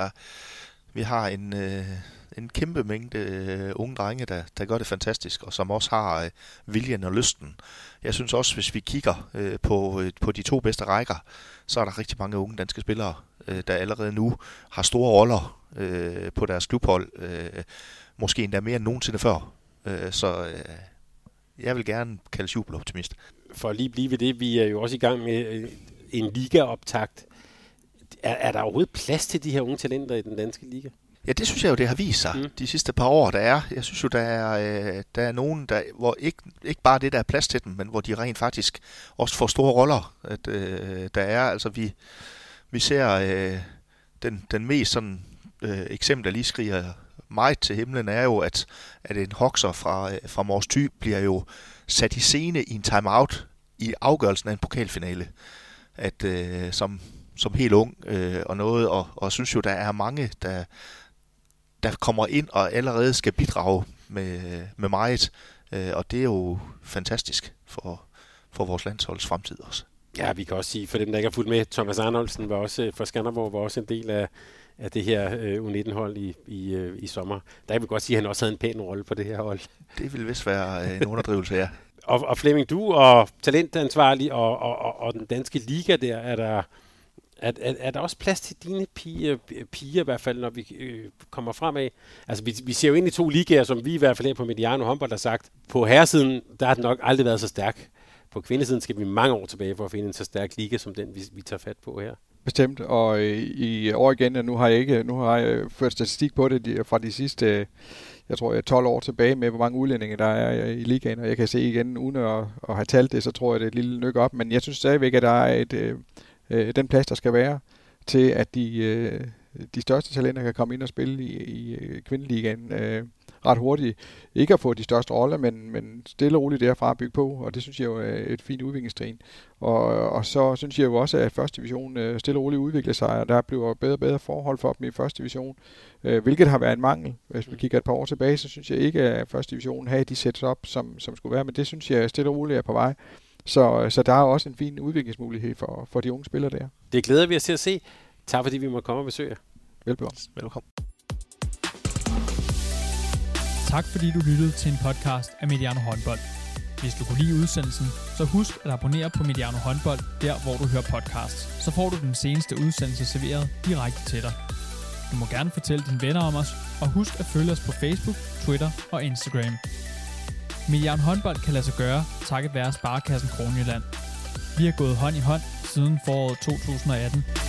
vi har en kæmpe mængde unge drenge, der gør det fantastisk, og som også har viljen og lysten. Jeg synes også, hvis vi kigger på de 2 bedste rækker, så er der rigtig mange unge danske spillere, der allerede nu har store roller på deres klubhold. Måske endda mere end nogensinde før. Så jeg vil gerne kaldes jubeloptimist. For at lige blive ved det, vi er jo også i gang med en ligaoptakt. Er der overhovedet plads til de her unge talenter i den danske liga? Ja, det synes jeg jo, det har vist sig de sidste par år, der er. Jeg synes jo, der er nogen, hvor ikke bare det, der er plads til dem, men hvor de rent faktisk også får store roller. At, der er, altså vi ser den mest sådan eksempel, der lige skriger meget til himlen, er jo, at en hokser fra Mors Thy bliver jo sat i scene i en timeout i afgørelsen af en pokalfinale. At som helt ung og noget, og synes jo, der er mange, der kommer ind og allerede skal bidrage med meget, og det er jo fantastisk for vores landsholds fremtid også. Ja, vi kan også sige, for dem, der ikke har fulgt med, Thomas Arnoldsen var også fra Skanderborg, var også en del af det her U19-hold i sommer. Der kan vi godt sige, at han også havde en pæn rolle på det her hold. Det ville vist være en underdrivelse, ja. Og Flemming, du og talentansvarlig og den danske liga der, er der også plads til dine piger i hvert fald, når vi kommer fremad? Altså, vi ser jo ind i 2 ligaer, som vi i hvert fald her på Mediano Håndbold har sagt. På herresiden, der har den nok aldrig været så stærk. På kvindesiden skal vi mange år tilbage for at finde en så stærk liga, som den, vi tager fat på her. Bestemt, og i år igen, og nu har jeg ført statistik på det fra de sidste, jeg tror 12 år tilbage med, hvor mange udlændinge der er i ligaen, og jeg kan se igen, uden at have talt det, så tror jeg, det er et lille nyk op, men jeg synes stadigvæk, at der er den plads, der skal være til, at de største talenter kan komme ind og spille i kvindeligaen ret hurtigt. Ikke at få de største roller, men stille og roligt derfra at bygge på, og det synes jeg jo er et fint udviklingstrin. Og så synes jeg jo også, at første division stille og roligt udvikler sig, og der bliver bedre og bedre forhold for dem i første division, hvilket har været en mangel. Hvis vi kigger et par år tilbage, så synes jeg ikke, at første division havde de setup op, som skulle være, men det synes jeg stille og roligt er på vej. Så der er også en fin udviklingsmulighed for de unge spillere der. Det glæder vi os til at se. Tak fordi vi må komme og besøge jer. Velkommen. Tak fordi du lyttede til en podcast af Mediano Håndbold. Hvis du kunne lide udsendelsen, så husk at abonnere på Mediano Håndbold, der hvor du hører podcasts. Så får du den seneste udsendelse serveret direkte til dig. Du må gerne fortælle dine venner om os, og husk at følge os på Facebook, Twitter og Instagram. Mediano Håndbold kan lade sig gøre, takket være Sparekassen Kronjylland. Vi har gået hånd i hånd siden foråret 2018.